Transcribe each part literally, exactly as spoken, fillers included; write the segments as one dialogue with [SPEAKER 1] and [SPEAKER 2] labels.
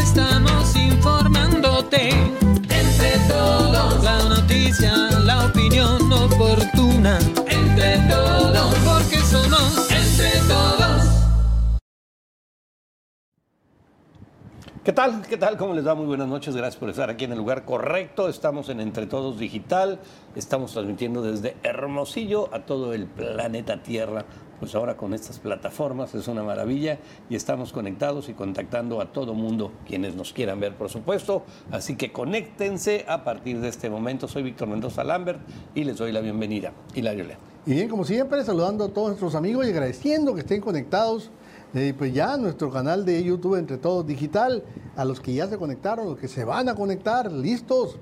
[SPEAKER 1] estamos informándote. Entre todos, la noticia, la opinión oportuna. Entre todos, porque somos entre todos.
[SPEAKER 2] ¿Qué tal? ¿Qué tal? ¿Cómo les va? Muy buenas noches. Gracias por estar aquí en el lugar correcto. Estamos en Entre Todos Digital. Estamos transmitiendo desde Hermosillo a todo el planeta Tierra. Pues ahora con estas plataformas es una maravilla y estamos conectados y contactando a todo mundo quienes nos quieran ver, por supuesto. Así que conéctense a partir de este momento. Soy Víctor Mendoza Lambert y les doy la bienvenida. Hilario León.
[SPEAKER 3] Y bien, como siempre, saludando a todos nuestros amigos y agradeciendo que estén conectados. Eh, pues ya nuestro canal de YouTube Entre Todos Digital, a los que ya se conectaron, los que se van a conectar, listos.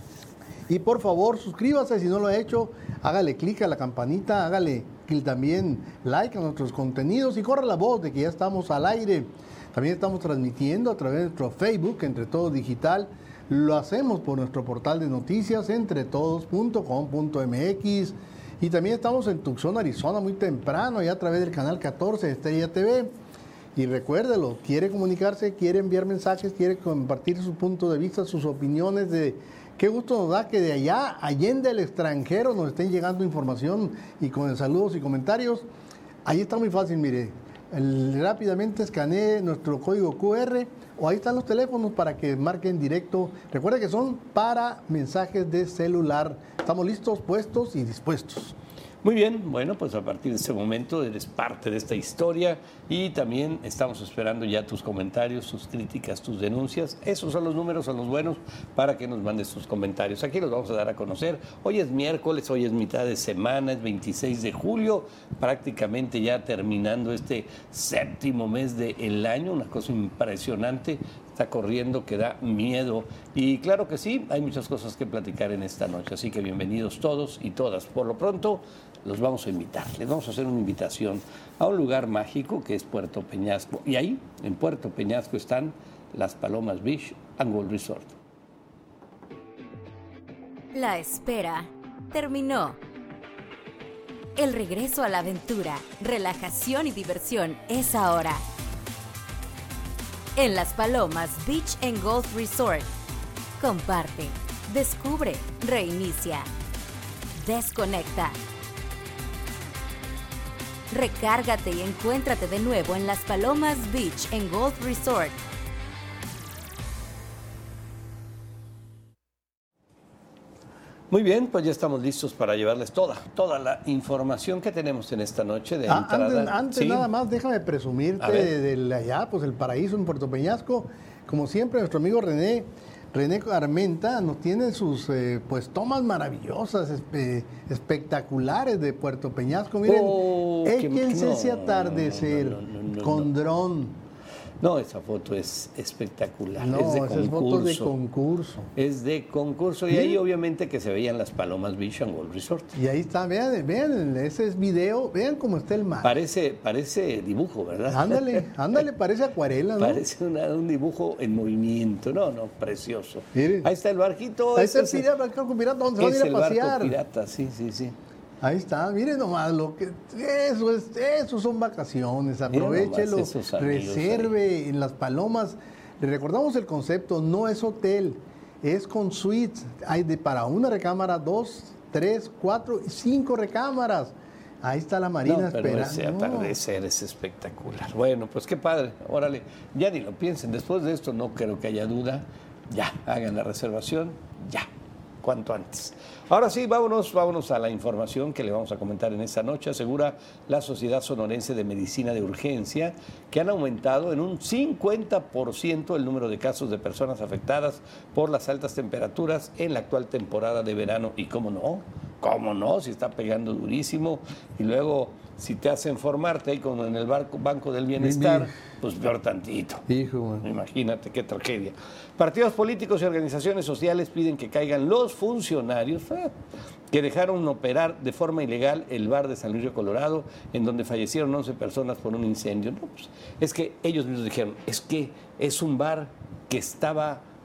[SPEAKER 3] Y por favor, suscríbase si no lo ha hecho, hágale clic a la campanita, hágale clic también like a nuestros contenidos y corra la voz de que ya estamos al aire. También estamos transmitiendo a través de nuestro Facebook Entre Todos Digital. Lo hacemos por nuestro portal de noticias entretodos punto com punto m x. Y también estamos en Tucson, Arizona, muy temprano, ya a través del canal catorce de Estrella T V. Y recuérdelo, quiere comunicarse, quiere enviar mensajes, quiere compartir su punto de vista, sus opiniones. De qué gusto nos da que de allá, allende el extranjero, nos estén llegando información y con saludos y comentarios. Ahí está muy fácil, mire. El, rápidamente escanee nuestro código Q R o ahí están los teléfonos para que marquen directo. Recuerda que son para mensajes de celular. Estamos listos, puestos y dispuestos.
[SPEAKER 2] Muy bien, bueno, pues a partir de este momento eres parte de esta historia y también estamos esperando ya tus comentarios, tus críticas, tus denuncias. Esos son los números, son los buenos para que nos mandes tus comentarios. Aquí los vamos a dar a conocer. Hoy es miércoles, hoy es mitad de semana, es veintiséis de julio, prácticamente ya terminando este séptimo mes del año, una cosa impresionante. Está corriendo, que da miedo. Y claro que sí, hay muchas cosas que platicar en esta noche. Así que bienvenidos todos y todas. Por lo pronto, los vamos a invitar. Les vamos a hacer una invitación a un lugar mágico que es Puerto Peñasco. Y ahí, en Puerto Peñasco, están las Palomas Beach and Golf Resort.
[SPEAKER 4] La espera terminó. El regreso a la aventura, relajación y diversión es ahora. En Las Palomas Beach and Golf Resort. Comparte, descubre, reinicia, desconecta. Recárgate y encuéntrate de nuevo en Las Palomas Beach and Golf Resort.
[SPEAKER 2] Muy bien, pues ya estamos listos para llevarles toda, toda la información que tenemos en esta noche de
[SPEAKER 3] ah,
[SPEAKER 2] entrada.
[SPEAKER 3] Antes, antes
[SPEAKER 2] ¿Sí?
[SPEAKER 3] nada más, déjame presumirte de, de allá, pues el paraíso en Puerto Peñasco. Como siempre, nuestro amigo René, René Armenta nos tiene sus eh, pues tomas maravillosas, espe, espectaculares de Puerto Peñasco. Miren,
[SPEAKER 2] oh,
[SPEAKER 3] échense
[SPEAKER 2] no,
[SPEAKER 3] ese atardecer
[SPEAKER 2] no, no, no, no,
[SPEAKER 3] con
[SPEAKER 2] no.
[SPEAKER 3] dron.
[SPEAKER 2] No, esa foto es espectacular.
[SPEAKER 3] No,
[SPEAKER 2] es de
[SPEAKER 3] esa
[SPEAKER 2] concurso.
[SPEAKER 3] es foto de concurso.
[SPEAKER 2] Es de concurso. Y
[SPEAKER 3] ¿Sí?
[SPEAKER 2] ahí obviamente que se veían las Palomas Beach and Golf Resort.
[SPEAKER 3] Y ahí está, vean, vean, ese es video, vean cómo está el mar.
[SPEAKER 2] Parece, parece dibujo, ¿verdad?
[SPEAKER 3] Ándale, ándale, parece acuarela, ¿no?
[SPEAKER 2] Parece una, un dibujo en movimiento. No, no, precioso.
[SPEAKER 3] Miren.
[SPEAKER 2] Ahí está el barquito.
[SPEAKER 3] Ahí está el
[SPEAKER 2] este es
[SPEAKER 3] pirata, el pirata, donde se van a ir a
[SPEAKER 2] el barco
[SPEAKER 3] pasear.
[SPEAKER 2] pirata, sí, sí, sí.
[SPEAKER 3] Ahí está, miren nomás lo que eso es, eso son vacaciones, aprovéchelo, reserve ahí en Las Palomas. Le recordamos el concepto, no es hotel, es con suites. Hay de para una recámara, dos, tres, cuatro, cinco recámaras. Ahí está la marina
[SPEAKER 2] no, pero
[SPEAKER 3] esperando.
[SPEAKER 2] Ese atardecer es espectacular. Bueno, pues qué padre. Órale, ya ni lo piensen. Después de esto no creo que haya duda. Ya, hagan la reservación, ya. Cuanto antes. Ahora sí, vámonos, vámonos a la información que le vamos a comentar en esta noche. Asegura la Sociedad Sonorense de Medicina de Urgencia que han aumentado en un cincuenta por ciento el número de casos de personas afectadas por las altas temperaturas en la actual temporada de verano. Y cómo no, cómo no, si está pegando durísimo. Y luego, si te hacen formarte ahí como en el barco, Banco del Bienestar, pues peor tantito.
[SPEAKER 3] Hijo, man.
[SPEAKER 2] Imagínate qué tragedia. Partidos políticos y organizaciones sociales piden que caigan los funcionarios eh, que dejaron operar de forma ilegal el bar de San Luis Río Colorado, en donde fallecieron once personas por un incendio. No, pues, es que ellos mismos dijeron, es que es un bar que estaba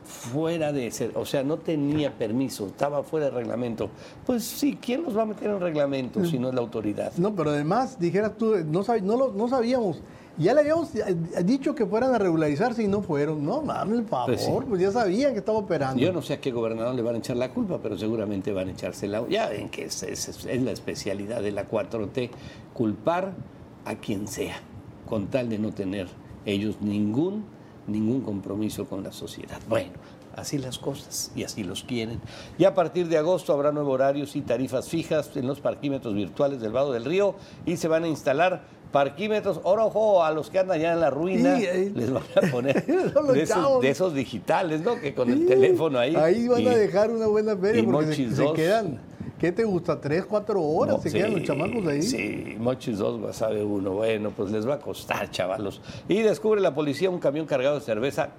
[SPEAKER 2] fuera de ser, o sea, no tenía permiso, estaba fuera de reglamento. Pues sí, ¿quién nos va a meter en reglamento si no es la autoridad?
[SPEAKER 3] No, pero además, dijeras tú, no, sab, no, lo, no sabíamos. Ya le habíamos dicho que fueran a regularizarse y no fueron. No, mames, el favor, pues, sí. pues ya sabían que estaba operando.
[SPEAKER 2] Yo no sé a qué gobernador le van a echar la culpa, pero seguramente van a echársela. Ya ven que es, es, es la especialidad de la cuatro T, culpar a quien sea, con tal de no tener ellos ningún, ningún compromiso con la sociedad. Bueno, así las cosas y así los quieren. Y a partir de agosto habrá nuevos horarios y tarifas fijas en los parquímetros virtuales del Vado del Río y se van a instalar parquímetros, ojo, a los que andan ya en la ruina, sí, eh, les van a poner de esos, de esos digitales, ¿no? Que con sí, el teléfono ahí.
[SPEAKER 3] Ahí van y, a dejar una buena feria porque se, se quedan, ¿qué te gusta? ¿Tres, cuatro horas no, se sí, quedan los chamacos ahí?
[SPEAKER 2] Sí, Mochis dos, sabe uno. Bueno, pues les va a costar, chavalos. Y descubre la policía un camión cargado de cerveza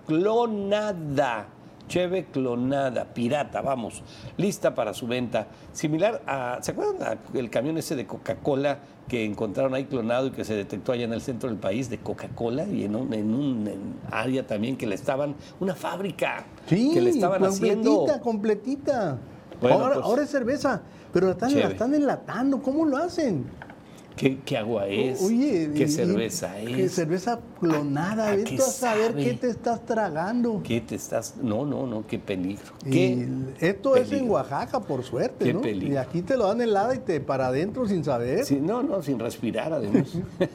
[SPEAKER 2] clonada. Cheve clonada, pirata, vamos, lista para su venta. Similar a, ¿se acuerdan del camión ese de Coca-Cola que encontraron ahí clonado y que se detectó allá en el centro del país de Coca-Cola y en un, en un en área también que le estaban, una fábrica
[SPEAKER 3] sí,
[SPEAKER 2] que le estaban
[SPEAKER 3] completita,
[SPEAKER 2] haciendo?
[SPEAKER 3] completita, completita. Bueno, ahora, pues, ahora es cerveza, pero la están, la están enlatando, ¿cómo lo hacen?
[SPEAKER 2] ¿Qué, qué agua es?
[SPEAKER 3] Oye,
[SPEAKER 2] ¿Qué
[SPEAKER 3] y,
[SPEAKER 2] cerveza es?
[SPEAKER 3] ¿Qué cerveza clonada? Vete a saber qué te estás tragando.
[SPEAKER 2] ¿Qué te estás...? No, no, no, qué peligro.
[SPEAKER 3] ¿Qué esto
[SPEAKER 2] peligro.
[SPEAKER 3] Es en Oaxaca, por suerte,
[SPEAKER 2] qué
[SPEAKER 3] ¿no?
[SPEAKER 2] Peligro.
[SPEAKER 3] Y aquí te lo dan helada y te para adentro sin saber.
[SPEAKER 2] Sí, no, no, sin respirar además.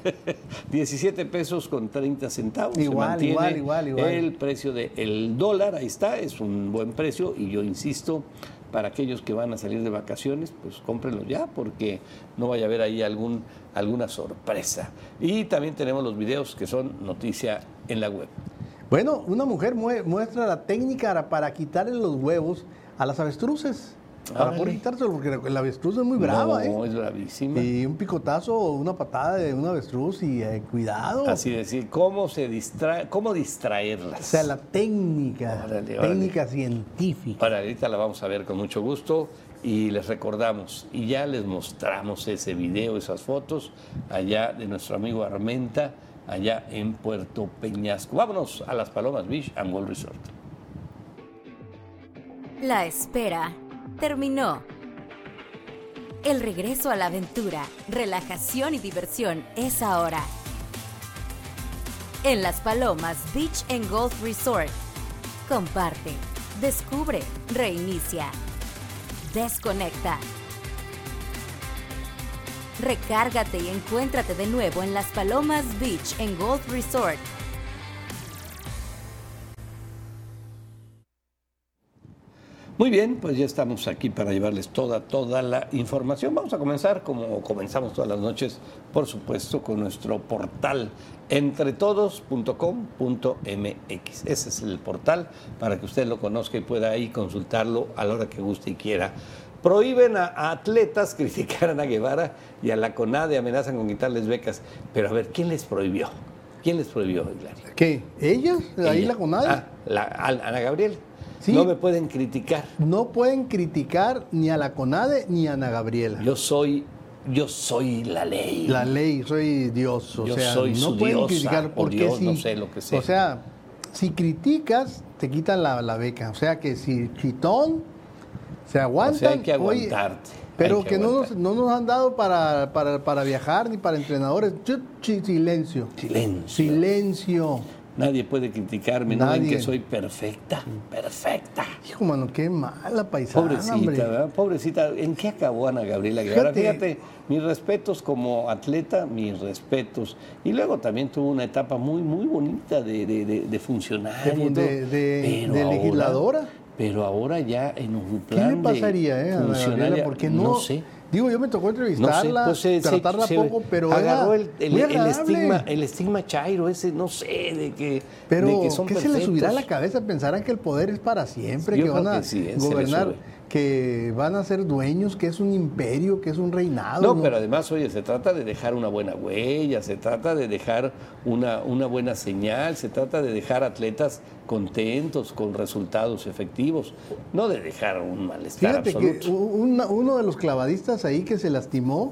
[SPEAKER 2] diecisiete pesos con treinta centavos.
[SPEAKER 3] Igual,
[SPEAKER 2] se mantiene
[SPEAKER 3] igual, igual, igual.
[SPEAKER 2] El precio del dólar, ahí está, es un buen precio y yo insisto... Para aquellos que van a salir de vacaciones, pues cómprenlo ya, porque no vaya a haber ahí algún, alguna sorpresa. Y también tenemos los videos que son noticia en la web.
[SPEAKER 3] Bueno, una mujer muestra la técnica para quitarle los huevos a las avestruces. Para poder quitárselo, porque la avestruz es muy brava,
[SPEAKER 2] no,
[SPEAKER 3] ¿eh?
[SPEAKER 2] No, es bravísima.
[SPEAKER 3] Y un picotazo o una patada de una avestruz y eh, cuidado.
[SPEAKER 2] Así decir, ¿cómo se distrae, cómo distraerlas?
[SPEAKER 3] O sea, la técnica, órale, órale. técnica científica.
[SPEAKER 2] Ahora, ahorita la vamos a ver con mucho gusto y les recordamos, y ya les mostramos ese video, esas fotos, allá de nuestro amigo Armenta, allá en Puerto Peñasco. Vámonos a Las Palomas Beach and Golf Resort.
[SPEAKER 4] La espera terminó. El regreso a la aventura, relajación y diversión es ahora. En Las Palomas Beach and Golf Resort. Comparte, descubre, reinicia, desconecta. Recárgate y encuéntrate de nuevo en Las Palomas Beach and Golf Resort.
[SPEAKER 2] Muy bien, pues ya estamos aquí para llevarles toda, toda la información. Vamos a comenzar, como comenzamos todas las noches, por supuesto, con nuestro portal entre todos punto com punto m x. Ese es el portal para que usted lo conozca y pueda ahí consultarlo a la hora que guste y quiera. Prohíben a, a atletas criticar a Ana Guevara y a la CONADE, amenazan con quitarles becas. Pero a ver, ¿quién les prohibió? ¿Quién les prohibió, Hilario?
[SPEAKER 3] ¿Qué? ¿Ellas? ¿Ahí
[SPEAKER 2] Ella.
[SPEAKER 3] la CONADE?
[SPEAKER 2] Ah, la, Ana Gabriel.
[SPEAKER 3] Sí.
[SPEAKER 2] No me pueden criticar.
[SPEAKER 3] No pueden criticar ni a la CONADE ni a Ana Gabriela.
[SPEAKER 2] Yo soy, yo soy la ley.
[SPEAKER 3] La ley, soy Dios. O
[SPEAKER 2] yo
[SPEAKER 3] sea,
[SPEAKER 2] soy
[SPEAKER 3] no
[SPEAKER 2] su
[SPEAKER 3] pueden
[SPEAKER 2] diosa,
[SPEAKER 3] criticar porque
[SPEAKER 2] Dios,
[SPEAKER 3] si,
[SPEAKER 2] no sé lo que sea.
[SPEAKER 3] O sea, si criticas, te quitan la, la beca. O sea que si chitón, se aguantan.
[SPEAKER 2] O sea, hay que aguantarte.
[SPEAKER 3] Oye, pero
[SPEAKER 2] que,
[SPEAKER 3] que no nos, no nos han dado para, para, para viajar ni para entrenadores. Ch ch silencio.
[SPEAKER 2] Silencio.
[SPEAKER 3] Silencio.
[SPEAKER 2] Nadie puede criticarme,
[SPEAKER 3] Nadie.
[SPEAKER 2] No ven que soy perfecta, perfecta.
[SPEAKER 3] Hijo, mano, qué mala paisana,
[SPEAKER 2] Pobrecita,
[SPEAKER 3] hombre.
[SPEAKER 2] ¿verdad? Pobrecita. ¿En qué acabó Ana Gabriela Guevara? Fíjate. Fíjate, mis respetos como atleta, mis respetos. Y luego también tuvo una etapa muy, muy bonita de, de, de, de funcionaria.
[SPEAKER 3] De, de, de, de legisladora.
[SPEAKER 2] Ahora, pero ahora ya en un plan
[SPEAKER 3] ¿Qué le pasaría, eh, a Ana Gabriela? Porque no,
[SPEAKER 2] no sé.
[SPEAKER 3] Digo, yo me tocó entrevistarla,
[SPEAKER 2] no sé, pues se,
[SPEAKER 3] tratarla
[SPEAKER 2] se,
[SPEAKER 3] poco, pero
[SPEAKER 2] agarró
[SPEAKER 3] era
[SPEAKER 2] el, el, el estigma, el estigma chairo ese, no sé, de que,
[SPEAKER 3] pero
[SPEAKER 2] de que son
[SPEAKER 3] ¿qué
[SPEAKER 2] perfectos?
[SPEAKER 3] se le subirá a la cabeza? Pensarán que el poder es para siempre,
[SPEAKER 2] yo
[SPEAKER 3] que van a
[SPEAKER 2] que sí,
[SPEAKER 3] gobernar, que van a ser dueños, que es un imperio, que es un reinado.
[SPEAKER 2] No, ¿no? Pero además, oye, se trata de dejar una buena huella, se trata de dejar una, una buena señal, se trata de dejar atletas contentos, con resultados efectivos, no de dejar un malestar
[SPEAKER 3] Fíjate
[SPEAKER 2] absoluto.
[SPEAKER 3] que una, uno de los clavadistas ahí que se lastimó,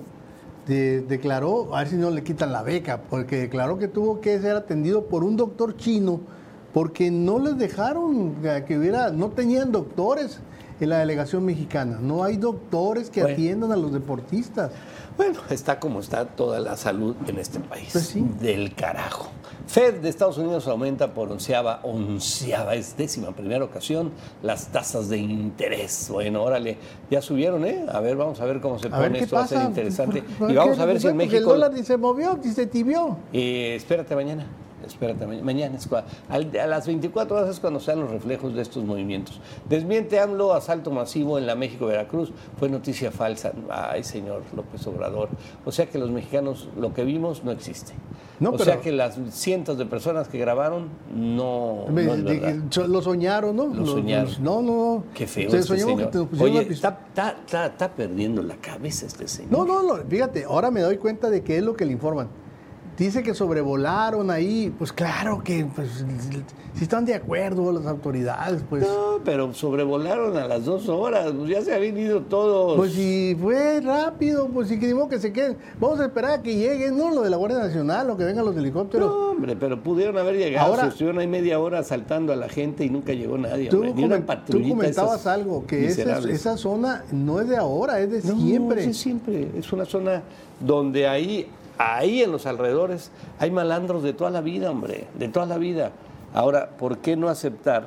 [SPEAKER 3] de, declaró, a ver si no le quitan la beca, porque declaró que tuvo que ser atendido por un doctor chino porque no les dejaron que hubiera, no tenían doctores en la delegación mexicana, no hay doctores que
[SPEAKER 2] Bueno.
[SPEAKER 3] atiendan a los deportistas.
[SPEAKER 2] Bueno, está como está toda la salud en este país.
[SPEAKER 3] Pues sí.
[SPEAKER 2] Del carajo. Fed de Estados Unidos aumenta por onceava, onceava, es décima primera ocasión, las tasas de interés. Bueno, órale, ya subieron, ¿eh? A ver, vamos a ver cómo se
[SPEAKER 3] A
[SPEAKER 2] pone
[SPEAKER 3] ver qué
[SPEAKER 2] esto, va a ser
[SPEAKER 3] pasa.
[SPEAKER 2] interesante.
[SPEAKER 3] ¿Por
[SPEAKER 2] Y vamos
[SPEAKER 3] qué?
[SPEAKER 2] a ver si en
[SPEAKER 3] Porque
[SPEAKER 2] México...
[SPEAKER 3] el dólar ni se movió, ni se tibió.
[SPEAKER 2] Eh, espérate mañana, espérate mañana, mañana es cua- al- a las veinticuatro horas es cuando sean los reflejos de estos movimientos. Desmiente AMLO asalto masivo en la México-Veracruz, fue noticia falsa. Ay, señor López Obrador. O sea que los mexicanos, lo que vimos no existe.
[SPEAKER 3] No,
[SPEAKER 2] o
[SPEAKER 3] pero-
[SPEAKER 2] sea que las cientos de personas que grabaron no, no es
[SPEAKER 3] De-
[SPEAKER 2] verdad.
[SPEAKER 3] de- lo soñaron, ¿no?
[SPEAKER 2] Lo soñaron.
[SPEAKER 3] No, no, no.
[SPEAKER 2] Qué feo
[SPEAKER 3] Se
[SPEAKER 2] este
[SPEAKER 3] soñamos
[SPEAKER 2] señor.
[SPEAKER 3] que nos pusieron
[SPEAKER 2] Oye,
[SPEAKER 3] una pistola.
[SPEAKER 2] está, está, está, está perdiendo la cabeza este señor.
[SPEAKER 3] No, no, no, fíjate, ahora me doy cuenta de qué es lo que le informan. Dice que sobrevolaron ahí, pues claro que pues, si están de acuerdo las autoridades, pues...
[SPEAKER 2] No, pero sobrevolaron a las dos horas, pues ya se habían ido todos.
[SPEAKER 3] Pues si fue rápido, pues si queremos que se queden. Vamos a esperar a que lleguen, ¿no? Lo de la Guardia Nacional o que vengan los helicópteros.
[SPEAKER 2] No, hombre, pero pudieron haber llegado.
[SPEAKER 3] Ahora-
[SPEAKER 2] Se estuvieron ahí media hora asaltando a la gente y nunca llegó nadie.
[SPEAKER 3] Tú,
[SPEAKER 2] hombre. Ni una
[SPEAKER 3] comen- tú
[SPEAKER 2] patrullita
[SPEAKER 3] comentabas
[SPEAKER 2] esas
[SPEAKER 3] algo, que esa,
[SPEAKER 2] miserables.
[SPEAKER 3] esa zona no es de ahora, es de
[SPEAKER 2] No,
[SPEAKER 3] siempre.
[SPEAKER 2] es de siempre. Es una zona donde ahí, ahí en los alrededores, hay malandros de toda la vida, hombre, de toda la vida. Ahora, ¿por qué no aceptar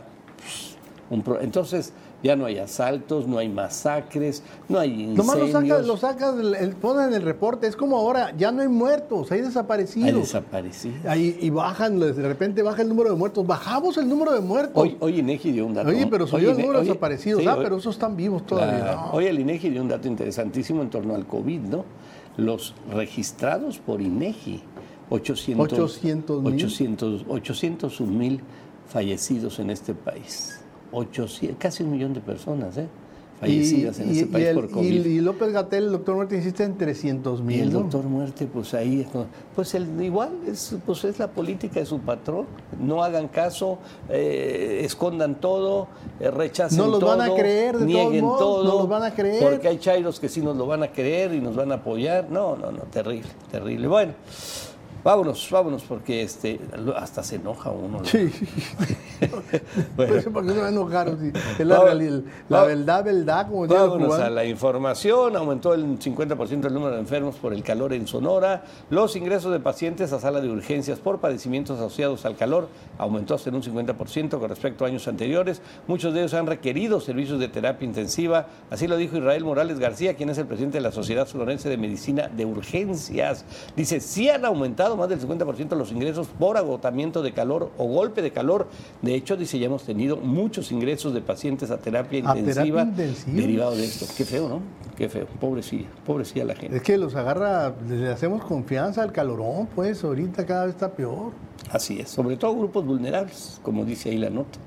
[SPEAKER 2] un pro- Entonces, ya no hay asaltos, no hay masacres, no hay incendios.
[SPEAKER 3] Nomás lo sacas, lo sacas, el, el- ponen en el reporte, es como ahora, ya no hay muertos, hay desaparecidos.
[SPEAKER 2] Hay desaparecidos.
[SPEAKER 3] Ahí, y bajan, de repente baja el número de muertos, bajamos el número de muertos.
[SPEAKER 2] Hoy, hoy INEGI dio un dato.
[SPEAKER 3] Oye, pero subió el
[SPEAKER 2] Ine-
[SPEAKER 3] número de
[SPEAKER 2] oye,
[SPEAKER 3] desaparecidos,
[SPEAKER 2] sí,
[SPEAKER 3] ah,
[SPEAKER 2] hoy-
[SPEAKER 3] pero esos están vivos todavía.
[SPEAKER 2] Claro.
[SPEAKER 3] No.
[SPEAKER 2] Hoy el INEGI dio un dato interesantísimo en torno al COVID, ¿no? Los registrados por INEGI, ochocientos
[SPEAKER 3] ochocientos mil.
[SPEAKER 2] ochocientos, ochocientos mil fallecidos en este país. ochocientos, casi un millón de personas, ¿eh? Fallecidas en este país
[SPEAKER 3] el-
[SPEAKER 2] por COVID.
[SPEAKER 3] y- y López Gatell, el doctor Muerte, insiste en trescientos
[SPEAKER 2] Y
[SPEAKER 3] mil.
[SPEAKER 2] el doctor Muerte, pues ahí, pues el, igual, es, pues es la política de su patrón. No hagan caso, eh, escondan todo, eh, rechacen
[SPEAKER 3] No los
[SPEAKER 2] todo,
[SPEAKER 3] van a creer, de todos
[SPEAKER 2] nieguen
[SPEAKER 3] modos,
[SPEAKER 2] todo.
[SPEAKER 3] no los van a creer.
[SPEAKER 2] Porque hay chairos que sí nos lo van a creer y nos van a apoyar. No, no, no, terrible, terrible. Bueno, vámonos, vámonos, porque este hasta se enoja uno. ¿no?
[SPEAKER 3] Sí.
[SPEAKER 2] Bueno.
[SPEAKER 3] Pues, ¿por qué se va a enojar? Sí, es la,
[SPEAKER 2] Vamos-
[SPEAKER 3] realidad, la
[SPEAKER 2] vamos-
[SPEAKER 3] verdad, verdad, como dice el
[SPEAKER 2] Vámonos
[SPEAKER 3] cubano.
[SPEAKER 2] a la información. Aumentó el cincuenta por ciento el número de enfermos por el calor en Sonora. Los ingresos de pacientes a sala de urgencias por padecimientos asociados al calor aumentó hasta en un cincuenta por ciento con respecto a años anteriores. Muchos de ellos han requerido servicios de terapia intensiva. Así lo dijo Israel Morales García, quien es el presidente de la Sociedad Sonorense de Medicina de Urgencias. Dice, sí han aumentado más del cincuenta por ciento los ingresos por agotamiento de calor o golpe de calor. De hecho, dice, ya hemos tenido muchos ingresos de pacientes a terapia
[SPEAKER 3] ¿A
[SPEAKER 2] intensiva,
[SPEAKER 3] terapia intensiva?
[SPEAKER 2] derivado de esto. Qué feo, ¿no? Qué feo. Pobrecilla, pobrecilla la gente.
[SPEAKER 3] Es que los agarra, le hacemos confianza al calorón, pues ahorita cada vez está peor.
[SPEAKER 2] Así es. Sobre todo grupos vulnerables, como dice ahí la nota.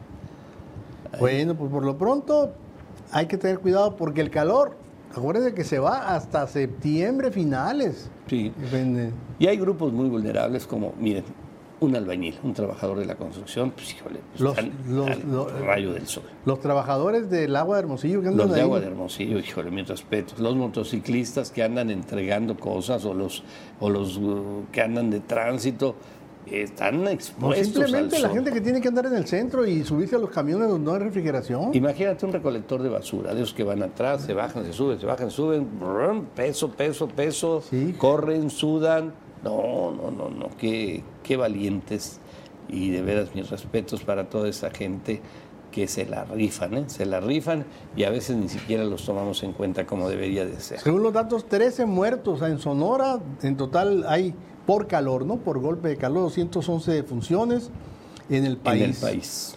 [SPEAKER 3] Bueno, pues por lo pronto hay que tener cuidado porque el calor, acuérdense que se va hasta septiembre finales.
[SPEAKER 2] Sí.
[SPEAKER 3] Depende.
[SPEAKER 2] Y hay grupos muy vulnerables como, miren, un albañil, un trabajador de la construcción, pues híjole, pues,
[SPEAKER 3] Los-
[SPEAKER 2] están
[SPEAKER 3] los-
[SPEAKER 2] al
[SPEAKER 3] los-
[SPEAKER 2] rayo del sol.
[SPEAKER 3] Los trabajadores del agua de Hermosillo que andan
[SPEAKER 2] Los de
[SPEAKER 3] ahí.
[SPEAKER 2] agua de Hermosillo, híjole, mis respetos. Los motociclistas que andan entregando cosas o los, o los uh, que andan de tránsito, eh, están
[SPEAKER 3] No,
[SPEAKER 2] expuestos
[SPEAKER 3] simplemente
[SPEAKER 2] al
[SPEAKER 3] la
[SPEAKER 2] sol.
[SPEAKER 3] gente que tiene que andar en el centro y subirse a los camiones donde no hay refrigeración.
[SPEAKER 2] Imagínate un recolector de basura, de esos que van atrás, se bajan, se suben, se bajan, suben, brum, peso, peso, peso,
[SPEAKER 3] Sí.
[SPEAKER 2] corren, sudan. No, no, no, no, qué, qué valientes. Y de veras mis respetos para toda esa gente que se la rifan, ¿eh? Se la rifan y a veces ni siquiera los tomamos en cuenta como debería de ser.
[SPEAKER 3] Según los datos, trece muertos en Sonora. En total hay por calor, ¿no? Por golpe de calor, doscientas once defunciones en el país.
[SPEAKER 2] En el país.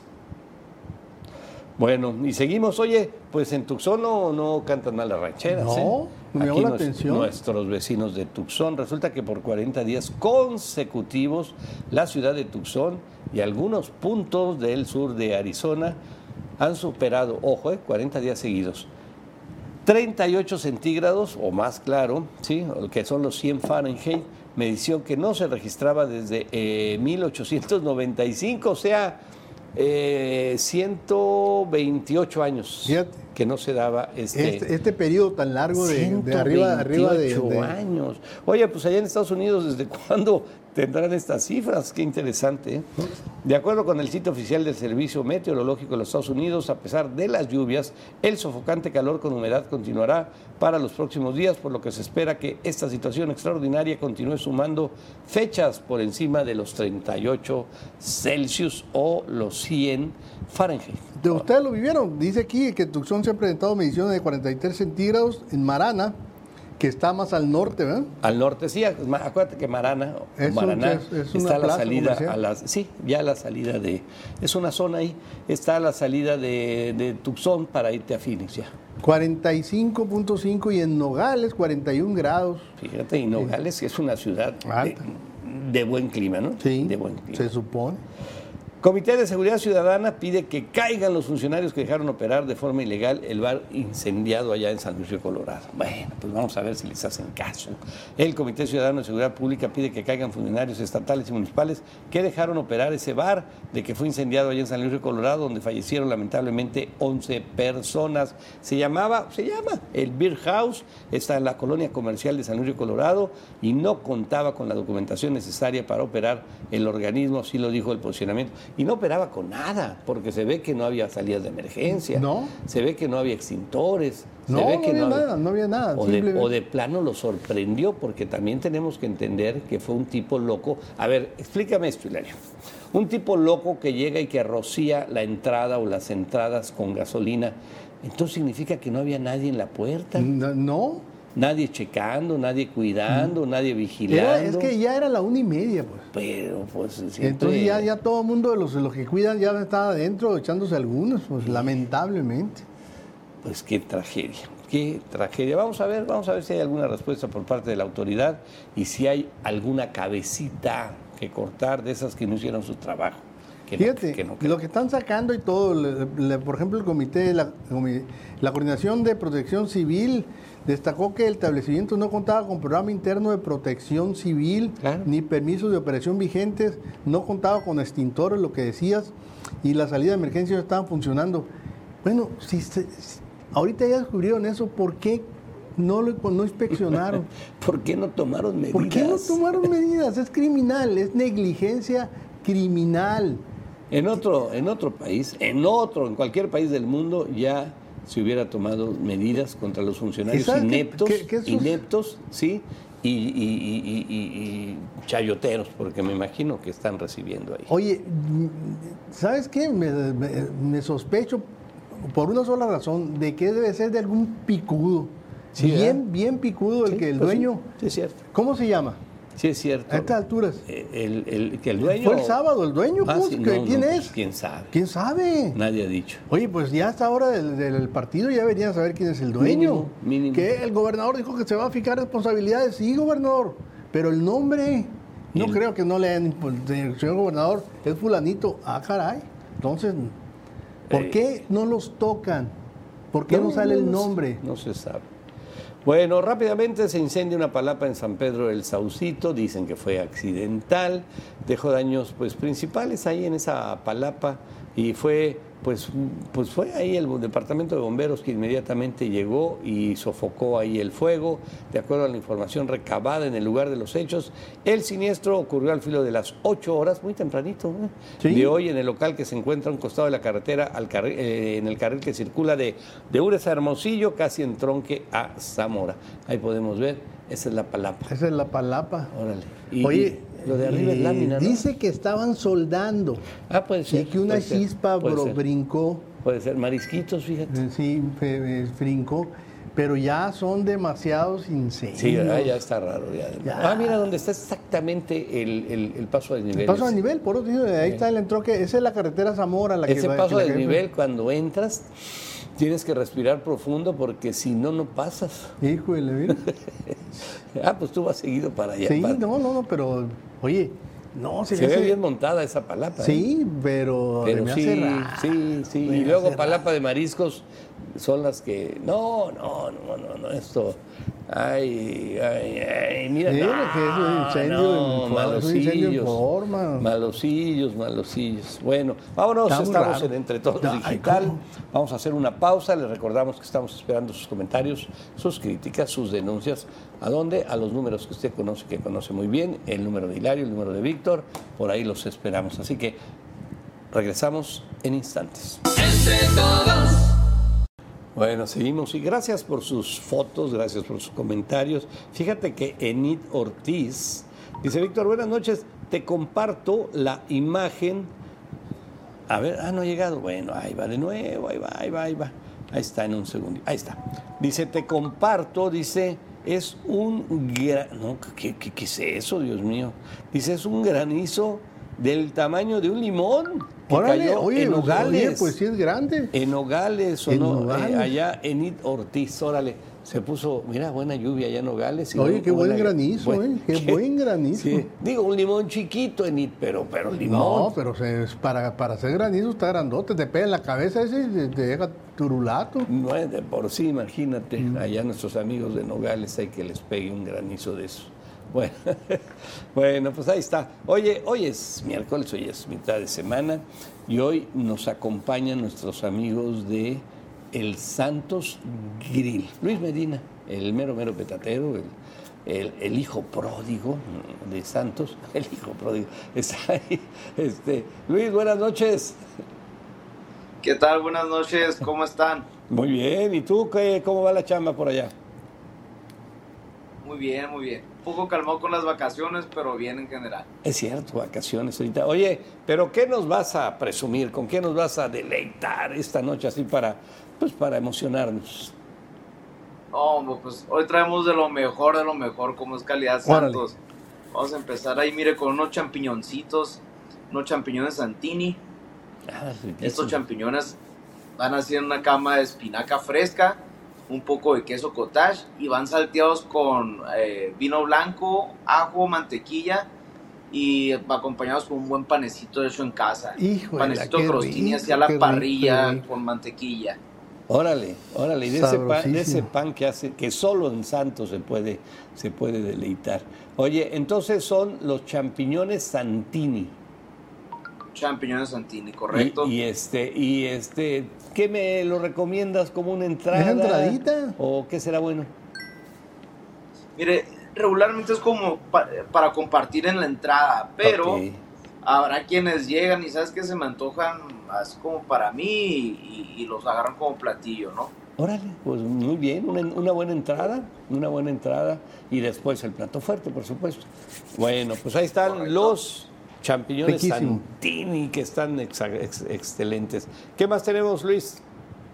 [SPEAKER 2] Bueno, y seguimos. Oye, pues en Tucson no, no cantan mal las rancheras.
[SPEAKER 3] No,
[SPEAKER 2] ¿eh?
[SPEAKER 3] me llamó
[SPEAKER 2] Aquí
[SPEAKER 3] la
[SPEAKER 2] nos-
[SPEAKER 3] atención.
[SPEAKER 2] Nuestros vecinos de Tucson. Resulta que por cuarenta días consecutivos, la ciudad de Tucson y algunos puntos del sur de Arizona han superado, ojo, eh, cuarenta días seguidos, treinta y ocho centígrados o más claro, ¿sí? Que son los cien Fahrenheit, medición que no se registraba desde eh, mil ochocientos noventa y cinco, o sea, eh, ciento veintiocho años
[SPEAKER 3] Fíjate.
[SPEAKER 2] que no se daba este...
[SPEAKER 3] Este, este periodo tan largo de, de arriba, arriba de,
[SPEAKER 2] ciento veintiocho
[SPEAKER 3] de-
[SPEAKER 2] años. Oye, pues allá en Estados Unidos, ¿desde cuándo tendrán estas cifras. Qué interesante, ¿eh? De acuerdo con el sitio oficial del Servicio Meteorológico de los Estados Unidos, a pesar de las lluvias, el sofocante calor con humedad continuará para los próximos días, por lo que se espera que esta situación extraordinaria continúe sumando fechas por encima de los treinta y ocho Celsius o los cien Fahrenheit.
[SPEAKER 3] ¿De ustedes lo vivieron? Dice aquí que en Tucson se han presentado mediciones de cuarenta y tres centígrados en Marana, que está más al norte, ¿verdad?
[SPEAKER 2] Al norte, sí, acuérdate que Marana,
[SPEAKER 3] Es
[SPEAKER 2] Maraná,
[SPEAKER 3] un- es- es una
[SPEAKER 2] está a la
[SPEAKER 3] plaza
[SPEAKER 2] salida,
[SPEAKER 3] comercial.
[SPEAKER 2] a las, sí, ya a la salida de, es una zona ahí, está a la salida de, de Tucson para irte a Phoenix ya.
[SPEAKER 3] cuarenta y cinco punto cinco y en Nogales cuarenta y un grados.
[SPEAKER 2] Fíjate, y Nogales que es una ciudad de,
[SPEAKER 3] Alta.
[SPEAKER 2] de buen clima, ¿no?
[SPEAKER 3] Sí,
[SPEAKER 2] De buen clima.
[SPEAKER 3] se supone.
[SPEAKER 2] Comité de Seguridad Ciudadana pide que caigan los funcionarios que dejaron operar de forma ilegal el bar incendiado allá en San Luis Río Colorado. Bueno, pues vamos a ver si les hacen caso. El Comité Ciudadano de Seguridad Pública pide que caigan funcionarios estatales y municipales que dejaron operar ese bar de que fue incendiado allá en San Luis Río Colorado, donde fallecieron lamentablemente once personas. Se llamaba, se llama el Beer House, está en la colonia comercial de San Luis Río Colorado y no contaba con la documentación necesaria para operar el organismo, así lo dijo el posicionamiento. Y no operaba con nada, porque se ve que no había salidas de emergencia,
[SPEAKER 3] No.
[SPEAKER 2] se ve que no había extintores, se
[SPEAKER 3] No,
[SPEAKER 2] ve
[SPEAKER 3] no
[SPEAKER 2] que
[SPEAKER 3] había
[SPEAKER 2] no
[SPEAKER 3] nada, no había nada.
[SPEAKER 2] o de,
[SPEAKER 3] simplemente-
[SPEAKER 2] o de plano lo sorprendió, porque también tenemos que entender que fue un tipo loco. A ver, explícame esto, Hilario. Un tipo loco que llega y que rocía la entrada o las entradas con gasolina, entonces significa que no había nadie en la puerta,
[SPEAKER 3] No, no.
[SPEAKER 2] nadie checando, nadie cuidando, nadie vigilando.
[SPEAKER 3] Era- es que ya era la una y media, pues.
[SPEAKER 2] Pero pues siempre...
[SPEAKER 3] Entonces ya, ya todo el mundo de los, los que cuidan ya estaba adentro echándose algunos, pues lamentablemente.
[SPEAKER 2] Pues qué tragedia, qué tragedia. Vamos a ver, vamos a ver si hay alguna respuesta por parte de la autoridad y si hay alguna cabecita que cortar de esas que no hicieron su trabajo. Que no-
[SPEAKER 3] Fíjate,
[SPEAKER 2] que no-
[SPEAKER 3] lo que están sacando y todo, le- le- por ejemplo, el comité, la, comi- la Coordinación de Protección Civil destacó que el establecimiento no contaba con programa interno de protección civil,
[SPEAKER 2] Claro.
[SPEAKER 3] ni permisos de operación vigentes, no contaba con extintores, lo que decías, y la salida de emergencia no estaban funcionando. Bueno, si, se- si ahorita ya descubrieron eso, ¿por qué no lo no inspeccionaron?
[SPEAKER 2] ¿Por qué no tomaron medidas?
[SPEAKER 3] ¿Por qué no tomaron medidas? Es criminal, es negligencia criminal.
[SPEAKER 2] En otro, en otro país, en otro, en cualquier país del mundo ya se hubiera tomado medidas contra los funcionarios
[SPEAKER 3] ¿Y sabes qué-
[SPEAKER 2] ineptos,
[SPEAKER 3] qué- qué esos-
[SPEAKER 2] ineptos, sí, y, y- y- y- y- y chayoteros, porque me imagino que están recibiendo ahí.
[SPEAKER 3] Oye, ¿sabes qué? Me, me- me sospecho por una sola razón de que debe ser de algún picudo.
[SPEAKER 2] Sí,
[SPEAKER 3] bien,
[SPEAKER 2] ¿verdad?
[SPEAKER 3] bien picudo el
[SPEAKER 2] Sí,
[SPEAKER 3] que el
[SPEAKER 2] pues sí,
[SPEAKER 3] dueño.
[SPEAKER 2] sí, es cierto.
[SPEAKER 3] ¿Cómo se llama?
[SPEAKER 2] Sí, es cierto.
[SPEAKER 3] A estas alturas.
[SPEAKER 2] Eh, El, el- que el dueño...
[SPEAKER 3] Fue el sábado, el dueño.
[SPEAKER 2] Ah,
[SPEAKER 3] ¿cómo
[SPEAKER 2] sí,
[SPEAKER 3] se-
[SPEAKER 2] no,
[SPEAKER 3] ¿Quién
[SPEAKER 2] no,
[SPEAKER 3] es?
[SPEAKER 2] pues, ¿quién sabe?
[SPEAKER 3] ¿Quién sabe?
[SPEAKER 2] Nadie ha dicho.
[SPEAKER 3] Oye, pues ya hasta ahora del, del partido ya deberían saber quién es el dueño.
[SPEAKER 2] Mínimo, mínimo.
[SPEAKER 3] Que el gobernador dijo que se va a fijar responsabilidades. Sí, gobernador. Pero el nombre, no
[SPEAKER 2] El-
[SPEAKER 3] creo que no le hayan. Pues, señor gobernador, es fulanito. Ah, caray. Entonces, ¿por
[SPEAKER 2] Eh.
[SPEAKER 3] qué no los tocan? ¿Por qué no, sale el
[SPEAKER 2] se-
[SPEAKER 3] nombre?
[SPEAKER 2] No se sabe. Bueno, rápidamente se incendia una palapa en San Pedro del Saucito, dicen que fue accidental, dejó daños pues principales ahí en esa palapa y fue pues, pues fue ahí el departamento de bomberos que inmediatamente llegó y sofocó ahí el fuego. De acuerdo a la información recabada en el lugar de los hechos, el siniestro ocurrió al filo de las ocho horas, muy tempranito, ¿eh?
[SPEAKER 3] Sí.
[SPEAKER 2] de hoy en el local que se encuentra a un costado de la carretera, al carri- eh, en el carril que circula de, de Ures a Hermosillo, casi en tronque a Zamora. Ahí podemos ver, esa es la palapa.
[SPEAKER 3] Esa es la palapa.
[SPEAKER 2] Órale. Y-
[SPEAKER 3] Oye,
[SPEAKER 2] y lo de arriba es
[SPEAKER 3] eh,
[SPEAKER 2] lámina, ¿no?
[SPEAKER 3] dice que estaban soldando
[SPEAKER 2] Ah, puede ser.
[SPEAKER 3] y que una
[SPEAKER 2] puede ser,
[SPEAKER 3] chispa
[SPEAKER 2] puede
[SPEAKER 3] bro-
[SPEAKER 2] ser.
[SPEAKER 3] brincó.
[SPEAKER 2] Puede ser, marisquitos, fíjate.
[SPEAKER 3] Eh, Sí, fe- eh, brincó, pero ya son demasiados incendios.
[SPEAKER 2] Sí, ¿verdad? Ya está raro. Ya.
[SPEAKER 3] Ya.
[SPEAKER 2] Ah, mira, donde está exactamente el, el- el paso a desnivel.
[SPEAKER 3] El paso a
[SPEAKER 2] ese.
[SPEAKER 3] nivel, por otro lado, ahí está el entronque, esa es la carretera Zamora. La
[SPEAKER 2] Ese
[SPEAKER 3] que va-
[SPEAKER 2] paso
[SPEAKER 3] la
[SPEAKER 2] a
[SPEAKER 3] que-
[SPEAKER 2] desnivel, cuando entras, tienes que respirar profundo porque si no, no pasas.
[SPEAKER 3] Híjole, mira.
[SPEAKER 2] Ah, pues tú vas seguido para allá.
[SPEAKER 3] Sí,
[SPEAKER 2] para-
[SPEAKER 3] no, no, no, pero, oye, No, se,
[SPEAKER 2] Se ve
[SPEAKER 3] hace-
[SPEAKER 2] bien montada esa palapa. ¿eh?
[SPEAKER 3] Sí, pero,
[SPEAKER 2] Pero
[SPEAKER 3] me
[SPEAKER 2] sí,
[SPEAKER 3] hace raro.
[SPEAKER 2] sí, sí.
[SPEAKER 3] Me
[SPEAKER 2] Y luego
[SPEAKER 3] hace
[SPEAKER 2] palapa de mariscos son las que. No, no, no, no, no, esto. Ay, ay, ay, mira.
[SPEAKER 3] Sí,
[SPEAKER 2] no,
[SPEAKER 3] que es un incendio
[SPEAKER 2] no,
[SPEAKER 3] en forma, es un incendio en
[SPEAKER 2] malosillos,
[SPEAKER 3] forma.
[SPEAKER 2] Malosillos, malosillos. Bueno, vámonos,
[SPEAKER 3] Está muy
[SPEAKER 2] estamos
[SPEAKER 3] raro.
[SPEAKER 2] en Entre Todos
[SPEAKER 3] Ay,
[SPEAKER 2] Digital.
[SPEAKER 3] ¿cómo?
[SPEAKER 2] Vamos a hacer una pausa. Les recordamos que estamos esperando sus comentarios, sus críticas, sus denuncias. ¿A dónde? A los números que usted conoce, que conoce muy bien. El número de Hilario, el número de Víctor. Por ahí los esperamos. Así que regresamos en instantes.
[SPEAKER 1] Entre todos.
[SPEAKER 2] Bueno, seguimos y gracias por sus fotos, gracias por sus comentarios. Fíjate que Enid Ortiz dice, Víctor, buenas noches, te comparto la imagen. A ver, ah, no ha llegado. Bueno, ahí va de nuevo, ahí va, ahí va, ahí va. Ahí está en un segundo. Ahí está. Dice, te comparto, dice, es un gra... no, ¿qué, qué, qué es eso, Dios mío? Dice, es un granizo del tamaño de un limón que
[SPEAKER 3] Órale,
[SPEAKER 2] cayó
[SPEAKER 3] oye,
[SPEAKER 2] en
[SPEAKER 3] oye,
[SPEAKER 2] Nogales.
[SPEAKER 3] pues sí es grande.
[SPEAKER 2] En Nogales, o
[SPEAKER 3] En
[SPEAKER 2] no,
[SPEAKER 3] Nogales.
[SPEAKER 2] eh, allá Enid Ortiz, órale, se puso, mira, buena lluvia allá en Nogales. y
[SPEAKER 3] Oye,
[SPEAKER 2] luego
[SPEAKER 3] qué buen
[SPEAKER 2] buena-
[SPEAKER 3] granizo,
[SPEAKER 2] buen-
[SPEAKER 3] ¿eh? Qué buen granizo.
[SPEAKER 2] Sí, digo, un limón chiquito, Enid, pero, pero limón.
[SPEAKER 3] No, pero se- para, para hacer granizo está grandote, te pega en la cabeza ese y te, te deja turulato.
[SPEAKER 2] No es de por sí, imagínate,
[SPEAKER 3] Mm.
[SPEAKER 2] allá nuestros amigos de Nogales hay que les pegue un granizo de eso. Bueno, bueno, pues ahí está. Oye, hoy es miércoles, hoy es mitad de semana y hoy nos acompañan nuestros amigos de El Santos Grill. Luis Medina, el mero mero petatero, el, el, el hijo pródigo de Santos, el hijo pródigo, está ahí. Este, Luis, buenas noches.
[SPEAKER 5] ¿Qué tal? Buenas noches, ¿cómo están?
[SPEAKER 2] Muy bien, ¿y tú qué, cómo va la chamba por allá?
[SPEAKER 5] Muy bien, muy bien. Un poco calmado con las vacaciones, pero bien en general.
[SPEAKER 2] Es cierto, vacaciones ahorita. Oye, pero ¿qué nos vas a presumir? ¿Con qué nos vas a deleitar esta noche así para, pues, para emocionarnos?
[SPEAKER 5] Oh, pues hoy traemos de lo mejor, de lo mejor, como es calidad
[SPEAKER 3] Órale.
[SPEAKER 5] Santos. Vamos a empezar ahí, mire, con unos champiñoncitos, unos champiñones Santini.
[SPEAKER 2] Ah, riquísimo.
[SPEAKER 5] Estos champiñones van a ser en una cama de espinaca fresca, un poco de queso cottage y van salteados con eh, vino blanco, ajo, mantequilla y acompañados con un buen panecito hecho en casa.
[SPEAKER 3] Híjole,
[SPEAKER 5] Panecito
[SPEAKER 3] qué
[SPEAKER 5] crostini
[SPEAKER 3] rico,
[SPEAKER 5] hacia la
[SPEAKER 3] qué rico,
[SPEAKER 5] parrilla
[SPEAKER 3] qué rico.
[SPEAKER 5] con mantequilla.
[SPEAKER 2] Órale, órale, y de ese, pan, de ese
[SPEAKER 3] Sabrosísimo.
[SPEAKER 2] pan que hace, que solo en Santos se puede, se puede deleitar. Oye, entonces son los champiñones Santini.
[SPEAKER 5] Champiñones Santini, correcto.
[SPEAKER 2] Y, y este, y este, ¿qué me lo recomiendas como una entrada?
[SPEAKER 3] ¿Es entradita?
[SPEAKER 2] ¿O qué será bueno?
[SPEAKER 5] Mire, regularmente es como pa- para compartir en la entrada, pero
[SPEAKER 2] Ok.
[SPEAKER 5] habrá quienes llegan y sabes que se me antojan así como para mí y, y los agarran como platillo, ¿no?
[SPEAKER 2] Órale, pues muy bien, una, una buena entrada, una buena entrada y después el plato fuerte, por supuesto. Bueno, pues ahí están
[SPEAKER 5] Correcto.
[SPEAKER 2] los champiñones
[SPEAKER 3] Riquísimo.
[SPEAKER 2] Santini que están exa- ex- excelentes. ¿Qué más tenemos, Luis?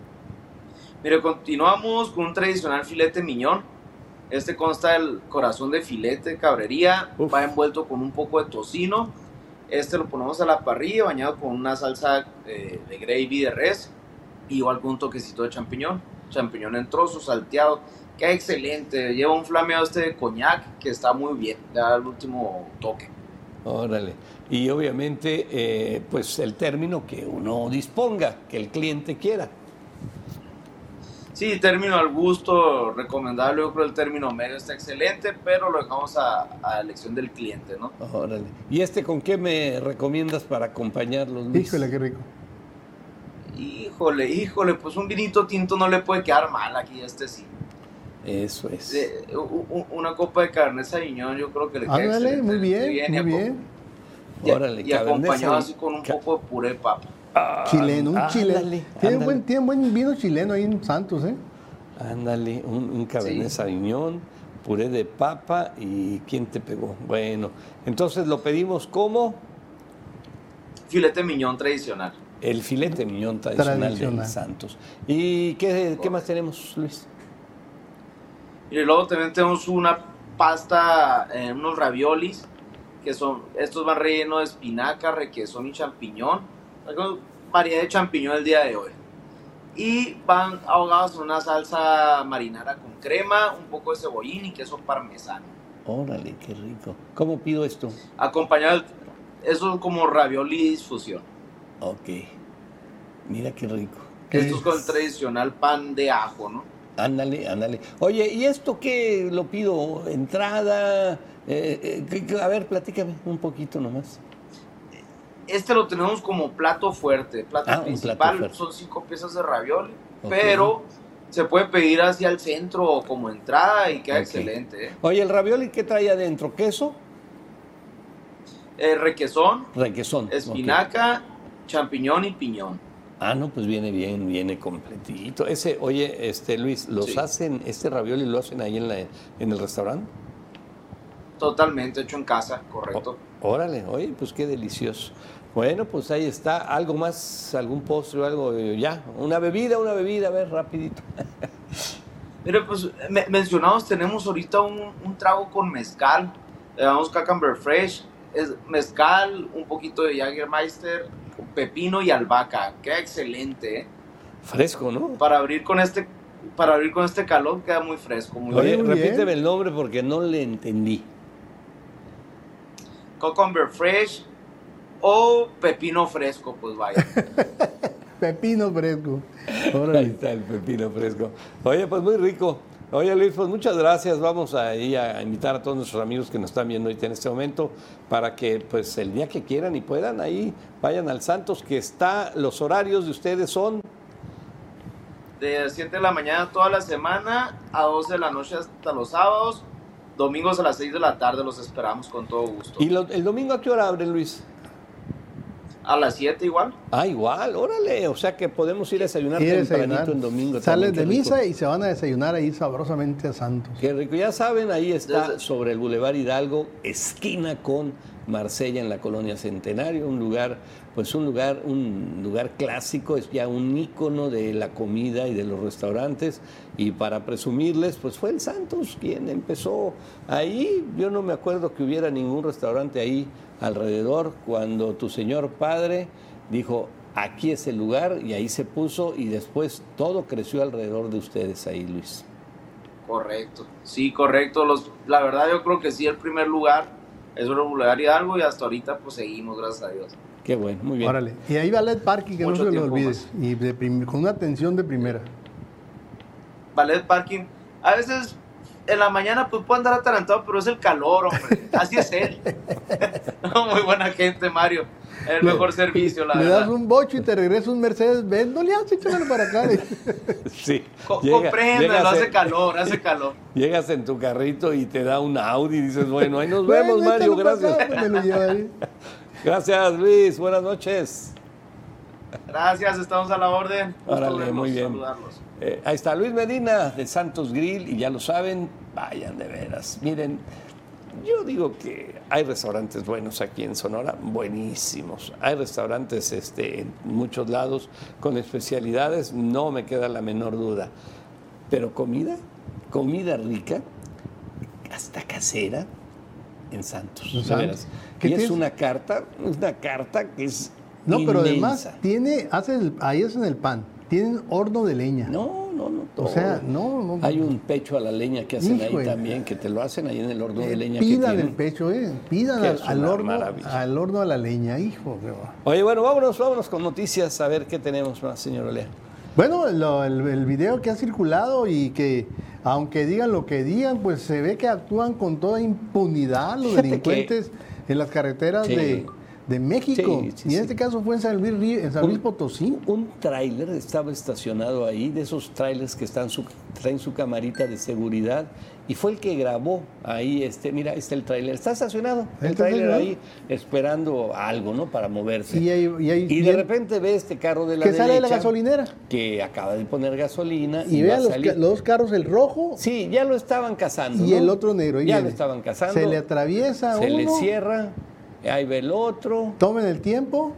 [SPEAKER 5] Mire, continuamos con un tradicional filete miñón. Este consta del corazón de filete de cabrería,
[SPEAKER 2] Uf.
[SPEAKER 5] va envuelto con un poco de tocino. Este lo ponemos a la parrilla bañado con una salsa eh, de gravy de res, igual con un toquecito de champiñón, champiñón en trozos, salteado. Queda excelente, lleva un flameado este de coñac que está muy bien, le da el último toque.
[SPEAKER 2] Órale. Y obviamente, eh, pues el término que uno disponga, que el cliente quiera.
[SPEAKER 5] Sí, término al gusto, recomendable, yo creo el término medio está excelente, pero lo dejamos a, a elección del cliente, ¿no?
[SPEAKER 2] Órale. ¿Y este con qué me recomiendas para acompañarlos, Luis?
[SPEAKER 3] Híjole, qué rico.
[SPEAKER 5] Híjole, híjole, pues un vinito tinto no le puede quedar mal aquí a este sí.
[SPEAKER 2] Eso es.
[SPEAKER 5] Eh, u- u- una copa de Cabernet Sauvignon yo creo que le queda
[SPEAKER 3] Ándale,
[SPEAKER 5] excelente.
[SPEAKER 3] muy bien,
[SPEAKER 5] y
[SPEAKER 3] muy
[SPEAKER 5] aco-
[SPEAKER 3] bien.
[SPEAKER 5] Y,
[SPEAKER 2] Órale,
[SPEAKER 5] y
[SPEAKER 2] Cabernet
[SPEAKER 5] acompañado
[SPEAKER 2] Sauvignon.
[SPEAKER 5] así con un
[SPEAKER 2] Ca-
[SPEAKER 5] poco de puré de papa.
[SPEAKER 3] Chileno, un
[SPEAKER 2] Ah,
[SPEAKER 3] chileno.
[SPEAKER 2] ándale,
[SPEAKER 3] Tienen
[SPEAKER 2] ándale.
[SPEAKER 3] buen, tienen buen vino chileno ahí en Santos, ¿eh?
[SPEAKER 2] Ándale, un, un Cabernet
[SPEAKER 5] Sí.
[SPEAKER 2] Sauvignon, puré de papa y ¿quién te pegó? Bueno, entonces lo pedimos como
[SPEAKER 5] Filete miñón tradicional.
[SPEAKER 2] el filete miñón tradicional,
[SPEAKER 3] Tradicional.
[SPEAKER 2] de Santos. ¿Y qué, qué más tenemos, Luis?
[SPEAKER 5] Y luego también tenemos una pasta, eh, unos raviolis, que son, estos van rellenos de espinaca, requesón y champiñón. Algo- variedad de champiñón el día de hoy. Y van ahogados en una salsa marinara con crema, un poco de cebollín y queso parmesano.
[SPEAKER 2] Órale, qué rico. ¿Cómo pido esto?
[SPEAKER 5] Acompañado del, eso es como ravioli fusión.
[SPEAKER 2] Ok. Mira qué rico.
[SPEAKER 5] Esto es con el tradicional pan de ajo, ¿no?
[SPEAKER 2] Ándale, ándale. Oye, ¿y esto qué lo pido? ¿Entrada? Eh, eh, a ver, platícame un poquito nomás.
[SPEAKER 5] Este lo tenemos como plato fuerte. Plato
[SPEAKER 2] Ah, un
[SPEAKER 5] principal
[SPEAKER 2] plato fuerte.
[SPEAKER 5] son cinco piezas de ravioli,
[SPEAKER 2] Ok.
[SPEAKER 5] pero se puede pedir hacia el centro o como entrada y queda
[SPEAKER 2] Ok.
[SPEAKER 5] excelente. ¿eh?
[SPEAKER 2] Oye, ¿el ravioli qué trae adentro? ¿Queso?
[SPEAKER 5] Eh, requesón,
[SPEAKER 2] Requesón.
[SPEAKER 5] espinaca, champiñón y piñón.
[SPEAKER 2] Ah, no, pues viene bien, viene completito. Ese, oye, este Luis, ¿los
[SPEAKER 5] Sí.
[SPEAKER 2] hacen, este ravioli lo hacen ahí en, la, en el restaurante?
[SPEAKER 5] Totalmente hecho en casa, correcto.
[SPEAKER 2] Ó- Órale, oye, pues qué delicioso. Bueno, pues ahí está. ¿Algo más? ¿Algún postre o algo? Eh, Ya, una bebida, una bebida, a ver, rapidito.
[SPEAKER 5] Mire, pues me- mencionados, tenemos ahorita un, un trago con mezcal. Le damos Cucumber Fresh, es mezcal, un poquito de Jägermeister, pepino y albahaca. Queda excelente, ¿eh?
[SPEAKER 2] Fresco, ¿no?
[SPEAKER 5] Para abrir con este, para abrir con este calor queda muy fresco, muy
[SPEAKER 2] Oye,
[SPEAKER 5] bien.
[SPEAKER 3] muy bien.
[SPEAKER 2] repíteme el nombre porque no le entendí.
[SPEAKER 5] Cucumber Fresh o pepino fresco, pues vaya.
[SPEAKER 3] Pepino fresco.
[SPEAKER 2] Ahí
[SPEAKER 3] Órale.
[SPEAKER 2] está el pepino fresco. Oye, pues muy rico. Oye, Luis, pues muchas gracias. Vamos a ir a invitar a todos nuestros amigos que nos están viendo ahorita en este momento para que, pues, el día que quieran y puedan, ahí vayan al Santos, que está, los horarios de ustedes son...
[SPEAKER 5] De siete de la mañana toda la semana a doce de la noche hasta los sábados. Domingos a las seis de la tarde los esperamos con todo gusto.
[SPEAKER 2] ¿Y lo- el domingo a qué hora abren, Luis?
[SPEAKER 5] A las siete igual.
[SPEAKER 2] Ah, igual, órale. O sea que podemos ir a desayunar
[SPEAKER 3] Ir a
[SPEAKER 2] tempranito
[SPEAKER 3] desayunar.
[SPEAKER 2] en domingo.
[SPEAKER 3] Salen
[SPEAKER 2] también,
[SPEAKER 3] de
[SPEAKER 2] qué rico.
[SPEAKER 3] misa y se van a desayunar ahí sabrosamente a Santos.
[SPEAKER 2] Qué rico. Ya saben, ahí está
[SPEAKER 5] Desde-
[SPEAKER 2] sobre el Boulevard Hidalgo, esquina con Marsella en la colonia Centenario, un lugar, pues un lugar, un lugar clásico, es ya un ícono de la comida y de los restaurantes. Y para presumirles, pues fue el Santos quien empezó ahí. Yo no me acuerdo que hubiera ningún restaurante ahí alrededor cuando tu señor padre dijo, aquí es el lugar, y ahí se puso, y después todo creció alrededor de ustedes ahí, Luis.
[SPEAKER 5] Correcto. Sí, correcto. Los, la verdad yo creo que sí, el primer lugar es el Boulevard Hidalgo y hasta ahorita pues seguimos, gracias a Dios.
[SPEAKER 2] Qué bueno, muy bien.
[SPEAKER 3] Órale. Y ahí Ballet Parking, que
[SPEAKER 5] Mucho
[SPEAKER 3] no se lo
[SPEAKER 5] tiempo
[SPEAKER 3] olvides. Y de prim- con una atención de primera.
[SPEAKER 5] Ballet Parking. A veces en la mañana pues puede andar atarantado, pero es el calor, hombre. Así es él. Muy buena gente, Mario. El
[SPEAKER 3] Le-
[SPEAKER 5] mejor servicio, la
[SPEAKER 3] Le
[SPEAKER 5] verdad.
[SPEAKER 3] das un bocho y te regresa un Mercedes Benz. No le haces, échamelo para acá.
[SPEAKER 2] Sí.
[SPEAKER 5] Co-
[SPEAKER 2] Llega-
[SPEAKER 5] Compréndelo,
[SPEAKER 2] llegas
[SPEAKER 5] hace
[SPEAKER 2] en-
[SPEAKER 5] calor, hace calor.
[SPEAKER 2] Llegas en tu carrito y te da un Audi y dices, bueno, ahí nos vemos,
[SPEAKER 3] Bueno,
[SPEAKER 2] Mario,
[SPEAKER 3] échalo para
[SPEAKER 2] gracias.
[SPEAKER 3] acá, pues, me lo lleva ahí.
[SPEAKER 2] Gracias, Luis, buenas noches.
[SPEAKER 5] Gracias, estamos a la orden. Gusto
[SPEAKER 2] Órale,
[SPEAKER 5] verlos,
[SPEAKER 2] muy bien.
[SPEAKER 5] saludarlos.
[SPEAKER 2] Eh, ahí está Luis Medina de Santos Grill, y ya lo saben, vayan de veras. Miren, yo digo que hay restaurantes buenos aquí en Sonora, buenísimos. Hay restaurantes este, en muchos lados con especialidades, no me queda la menor duda. Pero comida, comida rica, hasta casera, en Santos.
[SPEAKER 3] En
[SPEAKER 2] de
[SPEAKER 3] Santos.
[SPEAKER 2] veras.
[SPEAKER 3] ¿Qué
[SPEAKER 2] Y es
[SPEAKER 3] tienes?
[SPEAKER 2] una carta, una carta que es
[SPEAKER 3] No, pero además
[SPEAKER 2] inmensa.
[SPEAKER 3] tiene, hace el- ahí hacen el pan. Tienen horno de leña.
[SPEAKER 2] No, no, no.
[SPEAKER 3] O
[SPEAKER 2] todo.
[SPEAKER 3] sea, no, no.
[SPEAKER 2] Hay un pecho a la leña que hacen ahí
[SPEAKER 3] Híjole.
[SPEAKER 2] también, que te lo hacen ahí en el horno de
[SPEAKER 3] Eh,
[SPEAKER 2] leña que
[SPEAKER 3] pidan
[SPEAKER 2] tienen.
[SPEAKER 3] el pecho, eh. Pidan
[SPEAKER 2] Que
[SPEAKER 3] al,
[SPEAKER 2] es
[SPEAKER 3] al
[SPEAKER 2] una
[SPEAKER 3] horno,
[SPEAKER 2] maravilla.
[SPEAKER 3] al horno a la leña, hijo. qué va.
[SPEAKER 2] Oye, bueno, vámonos, vámonos con noticias, a ver qué tenemos más, señor Olea.
[SPEAKER 3] Bueno, lo- el, el video que ha circulado y que, aunque digan lo que digan, pues se ve que actúan con toda impunidad los
[SPEAKER 2] Fíjate
[SPEAKER 3] delincuentes en las carreteras
[SPEAKER 2] Sí.
[SPEAKER 3] de, de México.
[SPEAKER 2] Sí, sí,
[SPEAKER 3] y en
[SPEAKER 2] sí.
[SPEAKER 3] este caso fue en San Luis, Rí- en San Luis
[SPEAKER 2] Un-
[SPEAKER 3] Potosí.
[SPEAKER 2] Un tráiler estaba estacionado ahí, de esos tráilers que están su- traen su camarita de seguridad, y fue el que grabó ahí, este, mira, ahí está el tráiler, está estacionado, el
[SPEAKER 3] ¿Está
[SPEAKER 2] tráiler
[SPEAKER 3] estacionado?
[SPEAKER 2] ahí esperando algo, ¿no? Para moverse.
[SPEAKER 3] Y, hay- y, hay-
[SPEAKER 2] Y de
[SPEAKER 3] bien-
[SPEAKER 2] repente ve este carro de la
[SPEAKER 3] que sale de la
[SPEAKER 2] derecha
[SPEAKER 3] gasolinera.
[SPEAKER 2] que acaba de poner gasolina y,
[SPEAKER 3] Y
[SPEAKER 2] va
[SPEAKER 3] vean
[SPEAKER 2] a
[SPEAKER 3] los,
[SPEAKER 2] salir.
[SPEAKER 3] ca- los dos carros, el rojo
[SPEAKER 2] Sí, ya lo estaban cazando.
[SPEAKER 3] y
[SPEAKER 2] ¿no?
[SPEAKER 3] el otro negro. ahí
[SPEAKER 2] Ya
[SPEAKER 3] viene.
[SPEAKER 2] lo estaban cazando.
[SPEAKER 3] Se le atraviesa
[SPEAKER 2] Se
[SPEAKER 3] uno.
[SPEAKER 2] le cierra, ahí ve el otro.
[SPEAKER 3] Tomen el tiempo.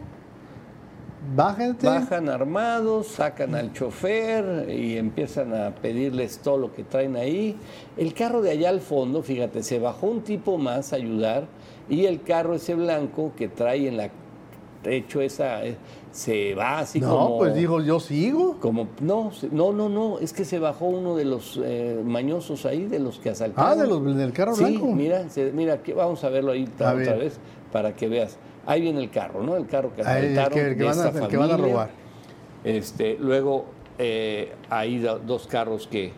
[SPEAKER 3] Bájense.
[SPEAKER 2] Bajan armados, sacan al chofer y empiezan a pedirles todo lo que traen ahí. El carro de allá al fondo, fíjate, se bajó un tipo más a ayudar, y el carro ese blanco que trae en la techo esa, eh, se va así
[SPEAKER 3] no,
[SPEAKER 2] como...
[SPEAKER 3] pues digo, yo sigo.
[SPEAKER 2] Como, no, se- no, no, no, es que se bajó uno de los eh, mañosos ahí, de los que asaltaron.
[SPEAKER 3] Ah, de los del carro
[SPEAKER 2] Sí,
[SPEAKER 3] blanco.
[SPEAKER 2] mira, se- mira, aquí, vamos a verlo ahí
[SPEAKER 3] A
[SPEAKER 2] otra
[SPEAKER 3] ver.
[SPEAKER 2] vez para que veas. ahí viene el carro, ¿no? El carro que
[SPEAKER 3] Ahí, el
[SPEAKER 2] asaltaron
[SPEAKER 3] que, el que
[SPEAKER 2] de
[SPEAKER 3] van
[SPEAKER 2] esta
[SPEAKER 3] a, el que
[SPEAKER 2] familia.
[SPEAKER 3] van a robar.
[SPEAKER 2] Este, luego eh, hay do- dos carros que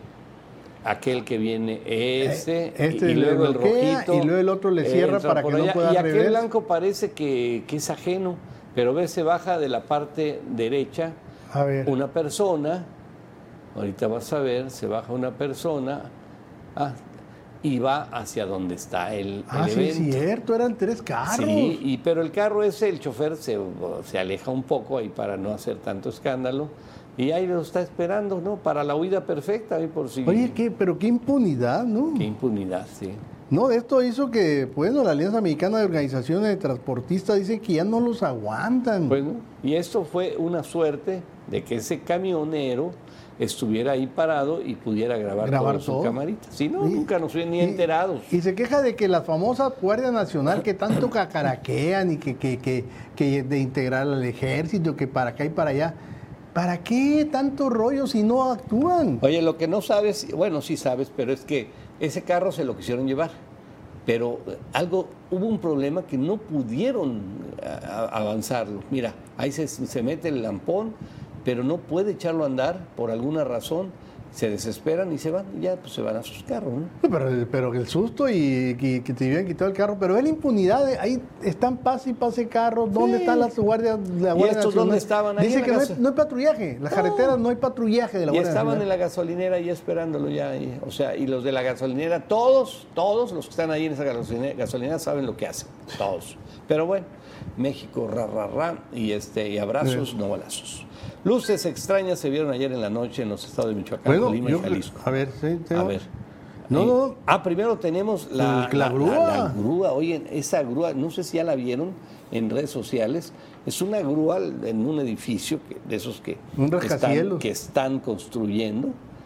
[SPEAKER 2] aquel que viene ese
[SPEAKER 3] Este
[SPEAKER 2] y, y
[SPEAKER 3] le
[SPEAKER 2] luego el
[SPEAKER 3] bloquea,
[SPEAKER 2] rojito
[SPEAKER 3] y luego el otro le cierra
[SPEAKER 2] entra
[SPEAKER 3] para
[SPEAKER 2] por
[SPEAKER 3] que no
[SPEAKER 2] allá,
[SPEAKER 3] pueda
[SPEAKER 2] y aquel
[SPEAKER 3] reversa.
[SPEAKER 2] blanco parece que, que es ajeno, pero ve, se baja de la parte derecha
[SPEAKER 3] A ver.
[SPEAKER 2] una persona, ahorita vas a ver, se baja una persona ah, y va hacia donde está el,
[SPEAKER 3] Ah,
[SPEAKER 2] el
[SPEAKER 3] sí, es
[SPEAKER 2] evento.
[SPEAKER 3] cierto, eran tres carros.
[SPEAKER 2] Sí, y, pero el carro ese, el chofer se, se aleja un poco ahí para no hacer tanto escándalo y ahí lo está esperando, ¿no? Para la huida perfecta, ahí por si...
[SPEAKER 3] Oye, ¿qué? Pero qué impunidad, ¿no?
[SPEAKER 2] Qué impunidad, sí.
[SPEAKER 3] No, esto hizo que, bueno, la Alianza Mexicana de Organizaciones de Transportistas dice que ya no los aguantan.
[SPEAKER 2] Bueno, y esto fue una suerte de que ese camionero estuviera ahí parado y pudiera grabar,
[SPEAKER 3] Grabar
[SPEAKER 2] todo,
[SPEAKER 3] todo.
[SPEAKER 2] su camarita. Si no,
[SPEAKER 3] Y-
[SPEAKER 2] nunca nos hubieran ni
[SPEAKER 3] y-
[SPEAKER 2] enterados.
[SPEAKER 3] Y se queja de que la famosa Guardia Nacional que tanto cacaraquean y que, que, que, que de integrar al ejército, que para acá y para allá. ¿Para qué tanto rollo si no actúan?
[SPEAKER 2] Oye, lo que no sabes, bueno, sí sabes, pero es que ese carro se lo quisieron llevar. Pero eh, algo, hubo un problema que no pudieron a- a- avanzarlo. Mira, ahí se, se mete el lampón, pero no puede echarlo a andar por alguna razón. Se desesperan y se van, y ya pues se van a sus carros, ¿no?
[SPEAKER 3] Pero, pero el susto y, y que te hubieran quitado el carro. Pero es la impunidad. de- ahí están pase y pase carros. ¿Dónde
[SPEAKER 2] Sí.
[SPEAKER 3] están las guardias? La
[SPEAKER 2] ¿Y
[SPEAKER 3] Guardia
[SPEAKER 2] estos
[SPEAKER 3] Nacional?
[SPEAKER 2] dónde estaban? Ahí
[SPEAKER 3] Dice
[SPEAKER 2] en
[SPEAKER 3] que
[SPEAKER 2] la
[SPEAKER 3] no hay,
[SPEAKER 2] gaso-
[SPEAKER 3] no hay patrullaje. Las
[SPEAKER 2] No.
[SPEAKER 3] carreteras no hay patrullaje de la
[SPEAKER 2] Y
[SPEAKER 3] Guardia
[SPEAKER 2] estaban
[SPEAKER 3] Nacional.
[SPEAKER 2] en la gasolinera ahí esperándolo ya. y- o sea, y los de la gasolinera, todos, todos los que están ahí en esa gasolinera, gasolinera saben lo que hacen. Todos. Pero bueno, México, ra, ra, ra, y, este, y abrazos, no balazos. Luces extrañas se vieron ayer en la noche en los estados de Michoacán,
[SPEAKER 3] Bueno,
[SPEAKER 2] Colima
[SPEAKER 3] yo-
[SPEAKER 2] y Jalisco.
[SPEAKER 3] a ver, sí,
[SPEAKER 2] A
[SPEAKER 3] tengo-
[SPEAKER 2] ver.
[SPEAKER 3] No,
[SPEAKER 2] Ahí-
[SPEAKER 3] no.
[SPEAKER 2] Ah, primero tenemos la,
[SPEAKER 3] La grúa.
[SPEAKER 2] La, la grúa. Oye, esa grúa, no sé si ya la vieron en redes sociales. Es una grúa en un edificio que, de esos que,
[SPEAKER 3] Un
[SPEAKER 2] que, están,
[SPEAKER 3] rascacielos.
[SPEAKER 2] que están construyendo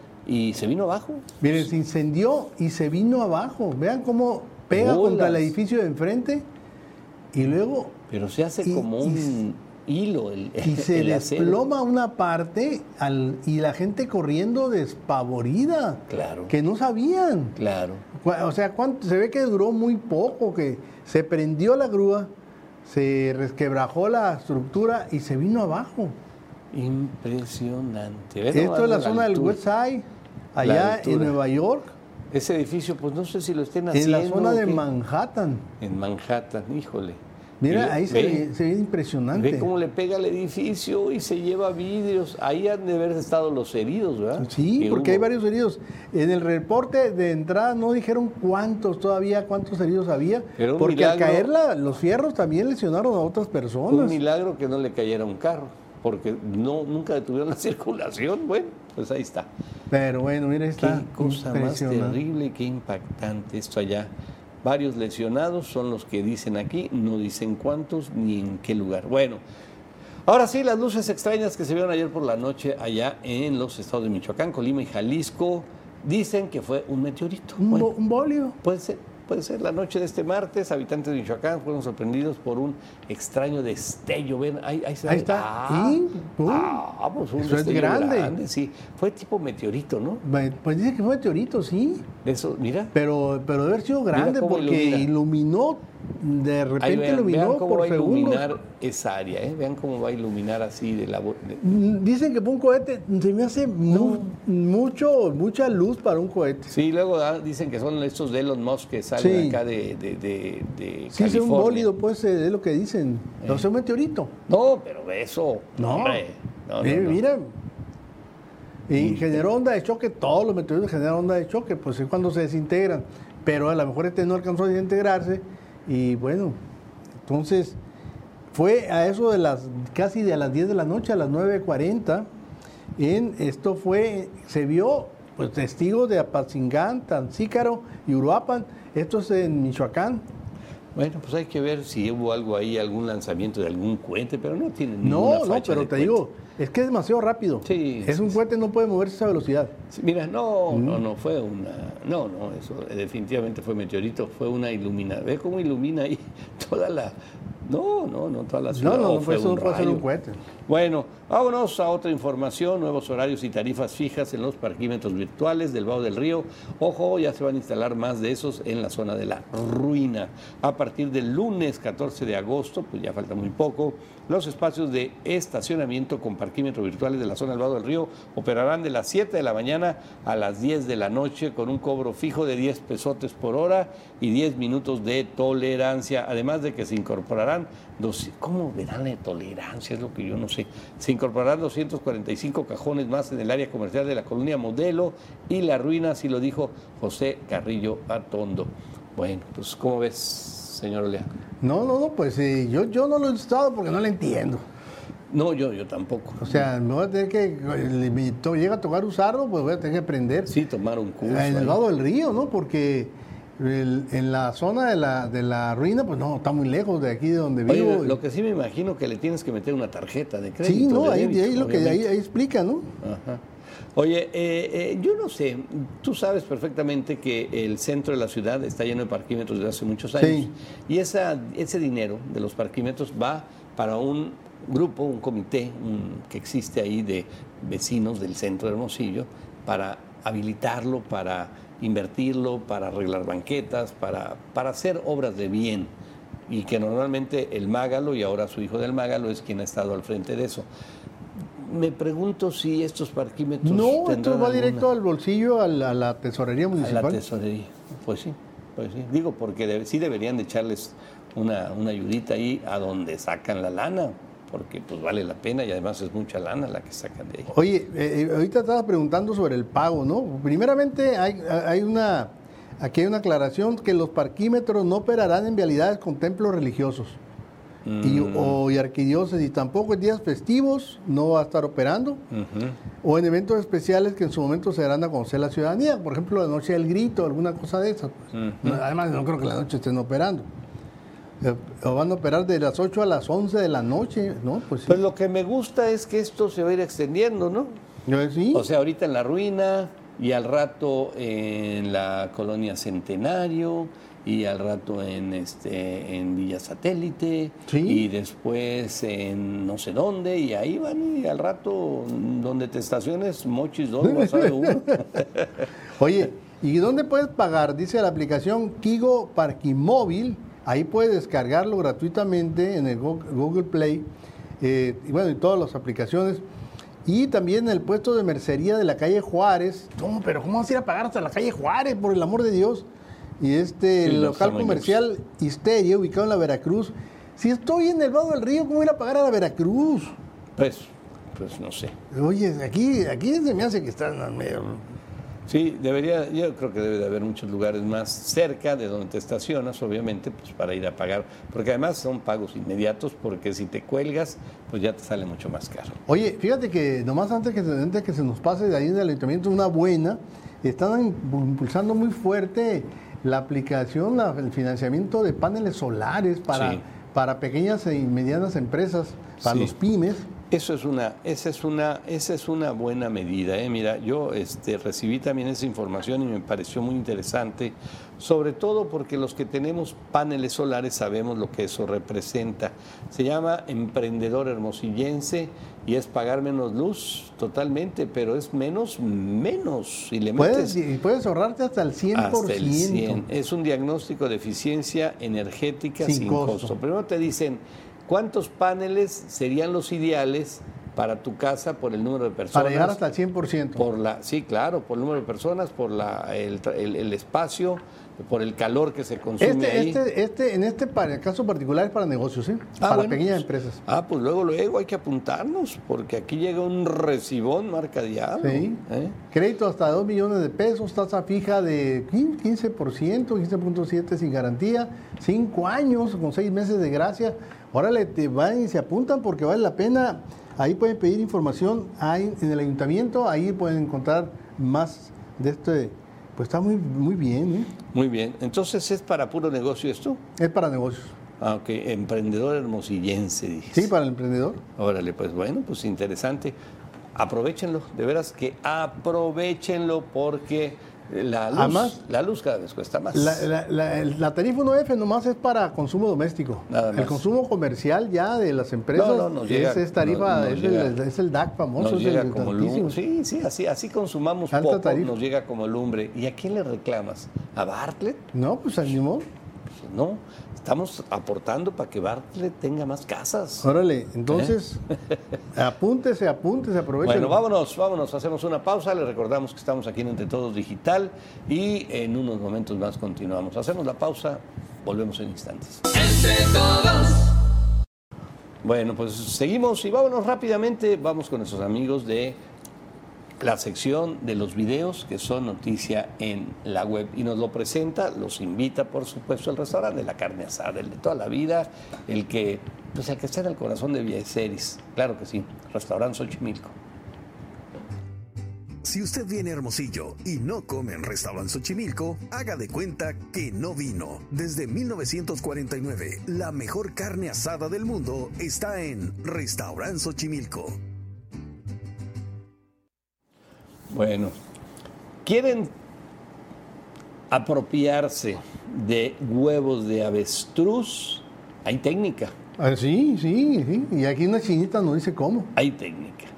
[SPEAKER 2] y se vino abajo.
[SPEAKER 3] Miren, se incendió y se vino abajo. Vean cómo pega
[SPEAKER 2] Bolas.
[SPEAKER 3] contra el edificio de enfrente y luego
[SPEAKER 2] Pero se hace
[SPEAKER 3] Y-
[SPEAKER 2] como
[SPEAKER 3] y-
[SPEAKER 2] un hilo el,
[SPEAKER 3] y se
[SPEAKER 2] el acero.
[SPEAKER 3] desploma una parte al, y la gente corriendo despavorida.
[SPEAKER 2] Claro.
[SPEAKER 3] Que no sabían.
[SPEAKER 2] Claro.
[SPEAKER 3] Cu- O sea, ¿cuánto? Se ve que duró muy poco, que se prendió la grúa, se resquebrajó la estructura y se vino abajo.
[SPEAKER 2] Impresionante. Ve
[SPEAKER 3] Esto
[SPEAKER 2] nomás
[SPEAKER 3] es la
[SPEAKER 2] la
[SPEAKER 3] zona del
[SPEAKER 2] altura.
[SPEAKER 3] West Side,
[SPEAKER 2] La
[SPEAKER 3] allá
[SPEAKER 2] altura.
[SPEAKER 3] en Nueva York,
[SPEAKER 2] Ese edificio, pues no sé si lo estén
[SPEAKER 3] en
[SPEAKER 2] haciendo.
[SPEAKER 3] la zona
[SPEAKER 2] o
[SPEAKER 3] de
[SPEAKER 2] qué.
[SPEAKER 3] Manhattan.
[SPEAKER 2] En Manhattan, híjole.
[SPEAKER 3] Mira,
[SPEAKER 2] Y
[SPEAKER 3] ahí se
[SPEAKER 2] ve-
[SPEAKER 3] ve, se ve impresionante.
[SPEAKER 2] Ve cómo le pega al edificio y se lleva vidrios. Ahí han de haber estado los heridos, ¿verdad?
[SPEAKER 3] Sí,
[SPEAKER 2] Que
[SPEAKER 3] porque
[SPEAKER 2] hubo.
[SPEAKER 3] hay varios heridos. En el reporte de entrada no dijeron cuántos todavía, cuántos heridos había,
[SPEAKER 2] Pero un
[SPEAKER 3] porque al
[SPEAKER 2] milagro-
[SPEAKER 3] caer la- los fierros también lesionaron a otras
[SPEAKER 2] Un
[SPEAKER 3] personas.
[SPEAKER 2] milagro que no le cayera un carro, porque no, nunca detuvieron la circulación. Bueno, pues ahí está.
[SPEAKER 3] Pero bueno, mira,
[SPEAKER 2] Qué
[SPEAKER 3] está
[SPEAKER 2] cosa más
[SPEAKER 3] impresionante.
[SPEAKER 2] terrible, qué impactante esto allá. Varios lesionados son los que dicen aquí, no dicen cuántos ni en qué lugar. Bueno, ahora sí, las luces extrañas que se vieron ayer por la noche allá en los estados de Michoacán, Colima y Jalisco, dicen que fue un meteorito.
[SPEAKER 3] Un,
[SPEAKER 2] Bueno,
[SPEAKER 3] bo- un bolio.
[SPEAKER 2] puede ser, puede ser. La noche de este martes, habitantes de Michoacán fueron sorprendidos por un extraño destello. Ven, ahí, ahí, se
[SPEAKER 3] Ahí
[SPEAKER 2] ve.
[SPEAKER 3] está.
[SPEAKER 2] Ah,
[SPEAKER 3] Y, pum.
[SPEAKER 2] ah, pues un
[SPEAKER 3] Eso es
[SPEAKER 2] destello
[SPEAKER 3] grande.
[SPEAKER 2] Sí, fue tipo meteorito, ¿no?
[SPEAKER 3] Bueno, pues dice que fue meteorito, sí,
[SPEAKER 2] De eso, mira.
[SPEAKER 3] pero, pero debe haber sido grande
[SPEAKER 2] cómo
[SPEAKER 3] porque
[SPEAKER 2] ilumina.
[SPEAKER 3] iluminó, de
[SPEAKER 2] Ahí
[SPEAKER 3] repente
[SPEAKER 2] vean,
[SPEAKER 3] iluminó
[SPEAKER 2] vean cómo
[SPEAKER 3] por
[SPEAKER 2] va a
[SPEAKER 3] segundos.
[SPEAKER 2] iluminar esa área, ¿eh? Vean cómo va a iluminar así de la... bo- de-
[SPEAKER 3] Mm, Dicen que fue un cohete, se me hace mu- mucho, mucha luz para un cohete.
[SPEAKER 2] Sí, luego ah, dicen que son estos de Elon Musk que salen
[SPEAKER 3] Sí.
[SPEAKER 2] acá de, de, de, de
[SPEAKER 3] Sí, es un
[SPEAKER 2] California.
[SPEAKER 3] bólido, pues, eh, es lo que dicen.
[SPEAKER 2] Eh.
[SPEAKER 3] No es un meteorito.
[SPEAKER 2] No, pero eso...
[SPEAKER 3] No.
[SPEAKER 2] hombre, no, no,
[SPEAKER 3] Eh,
[SPEAKER 2] no.
[SPEAKER 3] Mira. Y generó onda de choque, todos los meteoritos generan onda de choque, pues es cuando se desintegran. Pero a lo mejor este no alcanzó a desintegrarse. Y bueno, entonces fue a eso de las casi de las diez de la noche, a las nueve cuarenta. En, esto fue, se vio pues, testigos de Apatzingán, Tancícaro y Uruapan. Esto es en Michoacán.
[SPEAKER 2] Bueno, pues hay que ver si hubo algo ahí, algún lanzamiento de algún cohete, pero no tiene ninguna
[SPEAKER 3] No, no,
[SPEAKER 2] facha
[SPEAKER 3] pero
[SPEAKER 2] de
[SPEAKER 3] te
[SPEAKER 2] cohete.
[SPEAKER 3] digo, es que es demasiado rápido.
[SPEAKER 2] Sí,
[SPEAKER 3] es
[SPEAKER 2] sí,
[SPEAKER 3] un
[SPEAKER 2] sí.
[SPEAKER 3] cohete, no puede moverse a esa velocidad.
[SPEAKER 2] Sí, mira, no,
[SPEAKER 3] Mm.
[SPEAKER 2] no, no, fue una... No, no, eso definitivamente fue meteorito, fue una iluminación. ¿Ves cómo ilumina ahí toda la... No, no, no, toda la ciudad.
[SPEAKER 3] No, no,
[SPEAKER 2] Oh,
[SPEAKER 3] no, fue, eso
[SPEAKER 2] un
[SPEAKER 3] no puede ser
[SPEAKER 2] rayo.
[SPEAKER 3] un cohete.
[SPEAKER 2] Bueno, Vámonos a otra información, nuevos horarios y tarifas fijas en los parquímetros virtuales del Vado del Río. Ojo, ya se van a instalar más de esos en la zona de la Ruina. A partir del lunes catorce de agosto, pues ya falta muy poco, los espacios de estacionamiento con parquímetros virtuales de la zona del Vado del Río operarán de las siete de la mañana a las diez de la noche con un cobro fijo de diez pesotes por hora y diez minutos de tolerancia, además de que se incorporarán, dos, ¿cómo verán la tolerancia? Es lo que yo no sé. Se incorporarán doscientos cuarenta y cinco cajones más en el área comercial de la colonia Modelo y La Ruina, así lo dijo José Carrillo Atondo. Bueno, pues ¿cómo ves, señor Olea?
[SPEAKER 3] No, no, no, pues eh, yo, yo no lo he estado porque no lo entiendo.
[SPEAKER 2] No, yo, yo tampoco.
[SPEAKER 3] O sea, me voy a tener que, me to- llega a tocar usarlo, pues voy a tener que aprender.
[SPEAKER 2] Sí, tomar un curso.
[SPEAKER 3] En el
[SPEAKER 2] ahí.
[SPEAKER 3] Vado del Río, ¿no? Porque el- en la zona de la, de la Ruina, pues no, está muy lejos de aquí de donde
[SPEAKER 2] Oye,
[SPEAKER 3] vivo.
[SPEAKER 2] lo que sí me imagino que le tienes que meter una tarjeta de crédito.
[SPEAKER 3] Sí, no,
[SPEAKER 2] de
[SPEAKER 3] ahí,
[SPEAKER 2] débito,
[SPEAKER 3] ahí lo que ahí,
[SPEAKER 2] obviamente.
[SPEAKER 3] ahí explica, ¿no?
[SPEAKER 2] Ajá. Oye, eh, eh, yo no sé, tú sabes perfectamente que el centro de la ciudad está lleno de parquímetros desde hace muchos años.
[SPEAKER 3] Sí.
[SPEAKER 2] Y esa, ese dinero de los parquímetros va para un grupo, un comité un- que existe ahí de vecinos del centro de Hermosillo para habilitarlo, para invertirlo, para arreglar banquetas, para, para hacer obras de bien. Y que normalmente el Mágalo y ahora su hijo del Mágalo es quien ha estado al frente de eso. Me pregunto si estos parquímetros
[SPEAKER 3] No, esto
[SPEAKER 2] tendrán
[SPEAKER 3] va directo
[SPEAKER 2] alguna-
[SPEAKER 3] al bolsillo, a la, a la tesorería
[SPEAKER 2] a
[SPEAKER 3] municipal.
[SPEAKER 2] la tesorería. Pues sí, pues sí. Digo, porque debe- sí deberían de echarles una, una ayudita ahí a donde sacan la lana, porque pues vale la pena y además es mucha lana la que sacan de ahí.
[SPEAKER 3] Oye, eh, eh, ahorita estabas preguntando sobre el pago, ¿no? Primeramente hay, hay una, aquí hay una aclaración que los parquímetros no operarán en vialidades con templos religiosos y, o y arquidiócesis, tampoco en días festivos no va a estar operando,
[SPEAKER 2] Ujú.
[SPEAKER 3] o en eventos especiales que en su momento se darán a conocer la ciudadanía, por ejemplo la noche del grito, alguna cosa de esas. pues.
[SPEAKER 2] Ujú.
[SPEAKER 3] No, además no creo que la noche estén operando. Eh, o van a operar de las ocho a las once de la noche, ¿no? Pues sí.
[SPEAKER 2] Pues lo que me gusta es que esto se va a ir extendiendo, ¿no?
[SPEAKER 3] Yo, sí.
[SPEAKER 2] O sea, ahorita en la Ruina y al rato en la colonia Centenario y al rato en este en Villa Satélite
[SPEAKER 3] Sí.
[SPEAKER 2] y después en no sé dónde y ahí van y al rato donde te estaciones Mochis dos, Guasave uno.
[SPEAKER 3] Oye, ¿y dónde puedes pagar? Dice la aplicación Kigo Parquimóvil. Ahí puedes descargarlo gratuitamente en el Go- Google Play. eh, y bueno, y todas las aplicaciones. Y también en el puesto de mercería de la calle Juárez. No, pero ¿cómo vas a ir a pagar hasta la calle Juárez, por el amor de Dios? Y este
[SPEAKER 2] Sí,
[SPEAKER 3] el
[SPEAKER 2] los
[SPEAKER 3] local
[SPEAKER 2] tamaños.
[SPEAKER 3] comercial Histeria, ubicado en la Veracruz. Si estoy en el Vado del Río, ¿cómo ir a pagar a la Veracruz?
[SPEAKER 2] Pues, pues no sé.
[SPEAKER 3] Oye, aquí, aquí se me hace que están al medio.
[SPEAKER 2] Sí, debería, yo creo que debe de haber muchos lugares más cerca de donde te estacionas, obviamente, pues para ir a pagar, porque además son pagos inmediatos, porque si te cuelgas, pues ya te sale mucho más caro.
[SPEAKER 3] Oye, fíjate que nomás antes que, se- antes que se nos pase de ahí en el ayuntamiento una buena, están impulsando muy fuerte la aplicación, la- el financiamiento de paneles solares para,
[SPEAKER 2] Sí.
[SPEAKER 3] para pequeñas y medianas empresas, para
[SPEAKER 2] Sí.
[SPEAKER 3] los pymes.
[SPEAKER 2] Eso es una, esa es una, esa es una buena medida, ¿eh? Mira, yo este, recibí también esa información y me pareció muy interesante, sobre todo porque los que tenemos paneles solares sabemos lo que eso representa. Se llama Emprendedor Hermosillense y es pagar menos luz totalmente, pero es menos, menos. Y le
[SPEAKER 3] Puedes,
[SPEAKER 2] metes
[SPEAKER 3] y puedes ahorrarte hasta el cien por
[SPEAKER 2] hasta
[SPEAKER 3] ciento.
[SPEAKER 2] el cien. Es un diagnóstico de eficiencia energética sin,
[SPEAKER 3] Sin
[SPEAKER 2] costo.
[SPEAKER 3] costo.
[SPEAKER 2] Primero te dicen cuántos paneles serían los ideales para tu casa por el número de personas.
[SPEAKER 3] Para llegar hasta el cien por ciento.
[SPEAKER 2] Por la, sí, claro, por el número de personas, por la, el, tra- el- el espacio, por el calor que se consume
[SPEAKER 3] Este,
[SPEAKER 2] ahí.
[SPEAKER 3] este, este, en este pa- caso particular es para negocios, ¿sí?
[SPEAKER 2] Ah,
[SPEAKER 3] para
[SPEAKER 2] bueno,
[SPEAKER 3] pequeñas
[SPEAKER 2] pues,
[SPEAKER 3] empresas.
[SPEAKER 2] Ah, pues luego, luego hay que apuntarnos, porque aquí llega un recibón marca diablo.
[SPEAKER 3] Sí.
[SPEAKER 2] ¿eh?
[SPEAKER 3] Crédito hasta dos millones de pesos, tasa fija de quince por ciento, quince punto siete por ciento sin garantía, cinco años con seis meses de gracia. Órale, te van y se apuntan porque vale la pena. Ahí pueden pedir información ahí en el ayuntamiento, ahí pueden encontrar más de este. Pues está muy, muy bien, ¿eh?
[SPEAKER 2] Muy bien. Entonces, ¿es para puro negocio esto?
[SPEAKER 3] Es para negocios.
[SPEAKER 2] Ah, ok. Emprendedor hermosillense, dije.
[SPEAKER 3] Sí, para el emprendedor.
[SPEAKER 2] Órale, pues bueno, pues interesante. Aprovechenlo, de veras que aprovechenlo porque La luz,
[SPEAKER 3] Además,
[SPEAKER 2] la luz cada vez cuesta más.
[SPEAKER 3] La, la, la, la tarifa uno F nomás es para consumo doméstico.
[SPEAKER 2] Nada más.
[SPEAKER 3] El consumo comercial ya de las empresas
[SPEAKER 2] No, no, nos llega-
[SPEAKER 3] es, es tarifa,
[SPEAKER 2] no- nos
[SPEAKER 3] es,
[SPEAKER 2] llega-
[SPEAKER 3] el, es el D A C famoso.
[SPEAKER 2] Nos
[SPEAKER 3] es
[SPEAKER 2] llega
[SPEAKER 3] el
[SPEAKER 2] como
[SPEAKER 3] altísimo.
[SPEAKER 2] lumbre. Sí, sí, así, así consumamos
[SPEAKER 3] Alta
[SPEAKER 2] poco,
[SPEAKER 3] tarifa.
[SPEAKER 2] nos llega como lumbre. ¿Y a quién le reclamas? ¿A Bartlett?
[SPEAKER 3] No, pues animó.
[SPEAKER 2] Pues no, estamos aportando para que Bartlett tenga más casas.
[SPEAKER 3] Órale, entonces, apúntese, apúntese, aproveche.
[SPEAKER 2] Bueno, vámonos, vámonos, hacemos una pausa, le recordamos que estamos aquí en Entre Todos Digital y en unos momentos más continuamos. Hacemos la pausa, volvemos en instantes.
[SPEAKER 1] Entre todos.
[SPEAKER 2] Bueno, pues seguimos y vámonos rápidamente, vamos con nuestros amigos de la sección de los videos que son noticia en la web y nos lo presenta, los invita por supuesto el restaurante de la carne asada, el de toda la vida, el que, pues el que está en el corazón de Villaceris, claro que sí, restaurante Xochimilco.
[SPEAKER 6] Si usted viene a Hermosillo y no come en Restaurant Xochimilco, haga de cuenta que no vino. Desde mil novecientos cuarenta y nueve, la mejor carne asada del mundo está en Restaurant Xochimilco.
[SPEAKER 2] Bueno, quieren apropiarse de huevos de avestruz, hay técnica,
[SPEAKER 3] Ah, sí, sí, sí. Y aquí una chinita no dice cómo.
[SPEAKER 2] hay técnica.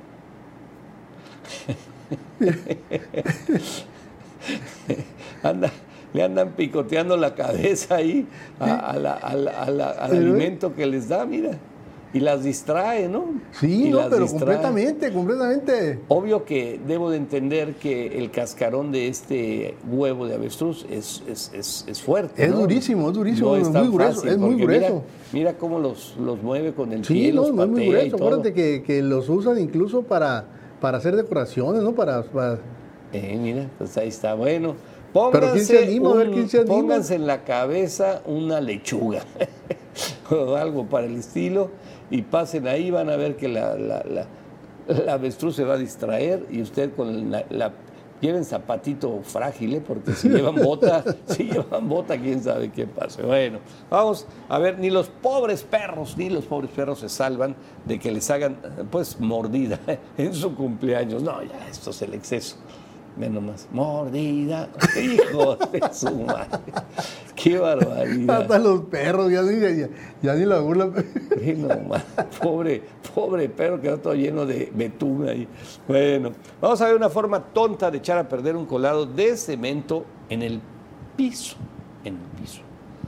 [SPEAKER 2] Anda, le andan picoteando la cabeza ahí a- a la- a la- a la- al
[SPEAKER 3] Pero-
[SPEAKER 2] alimento que les da, mira, y las distrae, ¿no?
[SPEAKER 3] Sí,
[SPEAKER 2] Y
[SPEAKER 3] no,
[SPEAKER 2] las
[SPEAKER 3] pero
[SPEAKER 2] distrae.
[SPEAKER 3] completamente, completamente.
[SPEAKER 2] Obvio que debo de entender que el cascarón de este huevo de avestruz es, es, es, es fuerte.
[SPEAKER 3] Es
[SPEAKER 2] ¿no?
[SPEAKER 3] durísimo, es durísimo,
[SPEAKER 2] No
[SPEAKER 3] es
[SPEAKER 2] tan
[SPEAKER 3] muy grueso,
[SPEAKER 2] fácil,
[SPEAKER 3] es muy
[SPEAKER 2] porque
[SPEAKER 3] grueso.
[SPEAKER 2] Mira, mira cómo los, los mueve con el
[SPEAKER 3] Sí,
[SPEAKER 2] pie,
[SPEAKER 3] no,
[SPEAKER 2] los
[SPEAKER 3] no es muy
[SPEAKER 2] patea y
[SPEAKER 3] grueso.
[SPEAKER 2] todo.
[SPEAKER 3] Acuérdate que, que los usan incluso para, para hacer decoraciones, ¿no? Para, para-
[SPEAKER 2] Eh, mira, pues ahí está. Bueno,
[SPEAKER 3] Pero ¿quién
[SPEAKER 2] pónganse,
[SPEAKER 3] se anima? A ver,
[SPEAKER 2] un-
[SPEAKER 3] ¿quién se anima?
[SPEAKER 2] pónganse en la cabeza una lechuga o algo para el estilo y pasen ahí, van a ver que la, la, la, la avestruz se va a distraer y usted con la... la lleven zapatito frágil, ¿eh? Porque si llevan bota, si llevan bota, quién sabe qué pase. Bueno, vamos a ver, ni los pobres perros, ni los pobres perros se salvan de que les hagan, pues, mordida en su cumpleaños. No, ya, esto es el exceso. Ve nomás, mordida, hijo de su madre. Qué barbaridad.
[SPEAKER 3] hasta los perros, ya ni, ya, ya ni la burla.
[SPEAKER 2] Qué nomás, pobre, pobre perro quedó todo lleno de betún ahí. Bueno, vamos a ver una forma tonta de echar a perder un colado de cemento en el piso. En el piso.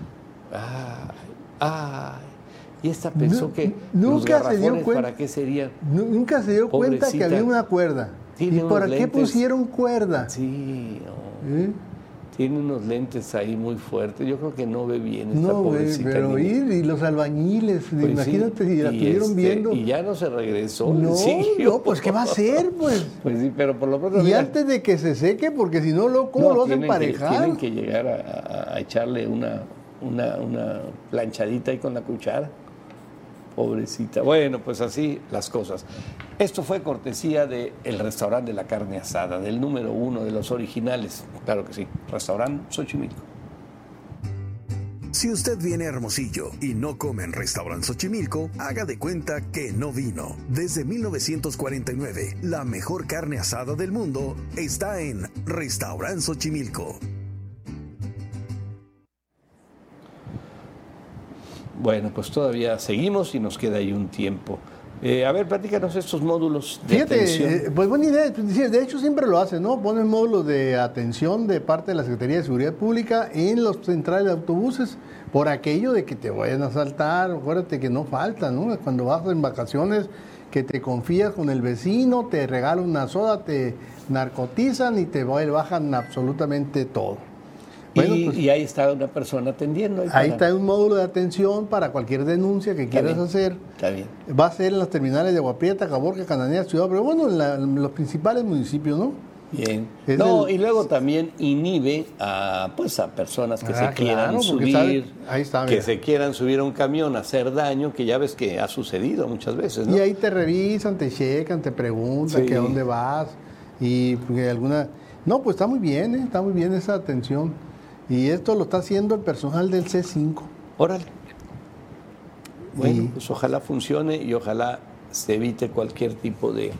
[SPEAKER 2] Ay, ay. Y esta pensó
[SPEAKER 3] Nu-
[SPEAKER 2] que
[SPEAKER 3] nunca
[SPEAKER 2] los
[SPEAKER 3] se dio
[SPEAKER 2] garrafones,
[SPEAKER 3] cuenta.
[SPEAKER 2] ¿para qué serían?
[SPEAKER 3] Nu- Nunca se dio cuenta que
[SPEAKER 2] Pobrecita.
[SPEAKER 3] había una cuerda.
[SPEAKER 2] Tiene
[SPEAKER 3] ¿Y para
[SPEAKER 2] unos
[SPEAKER 3] qué
[SPEAKER 2] lentes.
[SPEAKER 3] pusieron cuerda?
[SPEAKER 2] Sí, no.
[SPEAKER 3] ¿Eh?
[SPEAKER 2] Tiene unos lentes ahí muy fuertes. Yo creo que no ve bien esta
[SPEAKER 3] No, güey,
[SPEAKER 2] pobrecita.
[SPEAKER 3] pero
[SPEAKER 2] niña.
[SPEAKER 3] y, y los albañiles,
[SPEAKER 2] Pues sí,
[SPEAKER 3] imagínate si la
[SPEAKER 2] y
[SPEAKER 3] estuvieron
[SPEAKER 2] este,
[SPEAKER 3] viendo.
[SPEAKER 2] Y ya no se regresó.
[SPEAKER 3] No,
[SPEAKER 2] siguió.
[SPEAKER 3] no, pues ¿qué va a hacer, pues?
[SPEAKER 2] Pues sí, pero por lo pronto.
[SPEAKER 3] Y
[SPEAKER 2] mira,
[SPEAKER 3] antes de que se seque, porque si no, lo- ¿cómo
[SPEAKER 2] no,
[SPEAKER 3] lo vas a
[SPEAKER 2] tienen que-
[SPEAKER 3] emparejar?
[SPEAKER 2] tienen que llegar a, a- a echarle una, una, una planchadita ahí con la cuchara. Pobrecita. Bueno, pues así las cosas. Esto fue cortesía del restaurante de la carne asada, del número uno de los originales. Claro que sí, restaurante Xochimilco.
[SPEAKER 6] Si usted viene a Hermosillo y no come en Restaurant Xochimilco, haga de cuenta que no vino. Desde mil novecientos cuarenta y nueve, la mejor carne asada del mundo está en Restaurant Xochimilco.
[SPEAKER 2] Bueno, pues todavía seguimos y nos queda ahí un tiempo. Eh, a ver, platícanos estos módulos de
[SPEAKER 3] Fíjate,
[SPEAKER 2] atención.
[SPEAKER 3] eh, pues buena idea. De hecho, siempre lo hacen, ¿no? Ponen módulos de atención de parte de la Secretaría de Seguridad Pública en los centrales de autobuses por aquello de que te vayan a asaltar. Acuérdate que no falta, ¿no? Cuando vas en vacaciones, que te confías con el vecino, te regalan una soda, te narcotizan y te bajan absolutamente todo. Bueno,
[SPEAKER 2] y,
[SPEAKER 3] pues,
[SPEAKER 2] y ahí está una persona atendiendo.
[SPEAKER 3] ahí
[SPEAKER 2] para-
[SPEAKER 3] está un módulo de atención para cualquier denuncia que quieras
[SPEAKER 2] bien.
[SPEAKER 3] hacer.
[SPEAKER 2] Está bien.
[SPEAKER 3] Va a ser en las terminales de Agua Prieta, Caborca, Cananea, Ciudad, pero bueno, en, la- en los principales municipios, ¿no?
[SPEAKER 2] Bien.
[SPEAKER 3] Es
[SPEAKER 2] No,
[SPEAKER 3] el-
[SPEAKER 2] y luego también inhibe a pues a personas que
[SPEAKER 3] Ah,
[SPEAKER 2] se quieran
[SPEAKER 3] claro, porque
[SPEAKER 2] subir,
[SPEAKER 3] sabe- ahí está,
[SPEAKER 2] que
[SPEAKER 3] mira.
[SPEAKER 2] se quieran subir a un camión a hacer daño, que ya ves que ha sucedido muchas veces, ¿no?
[SPEAKER 3] Y ahí te revisan, te checan, te preguntan
[SPEAKER 2] Sí.
[SPEAKER 3] que a dónde vas y que alguna... No, pues está muy bien, ¿eh? Está muy bien esa atención. Y esto lo está haciendo el personal del C cinco.
[SPEAKER 2] Órale. Bueno,
[SPEAKER 3] Y-
[SPEAKER 2] pues ojalá funcione y ojalá se evite cualquier tipo de,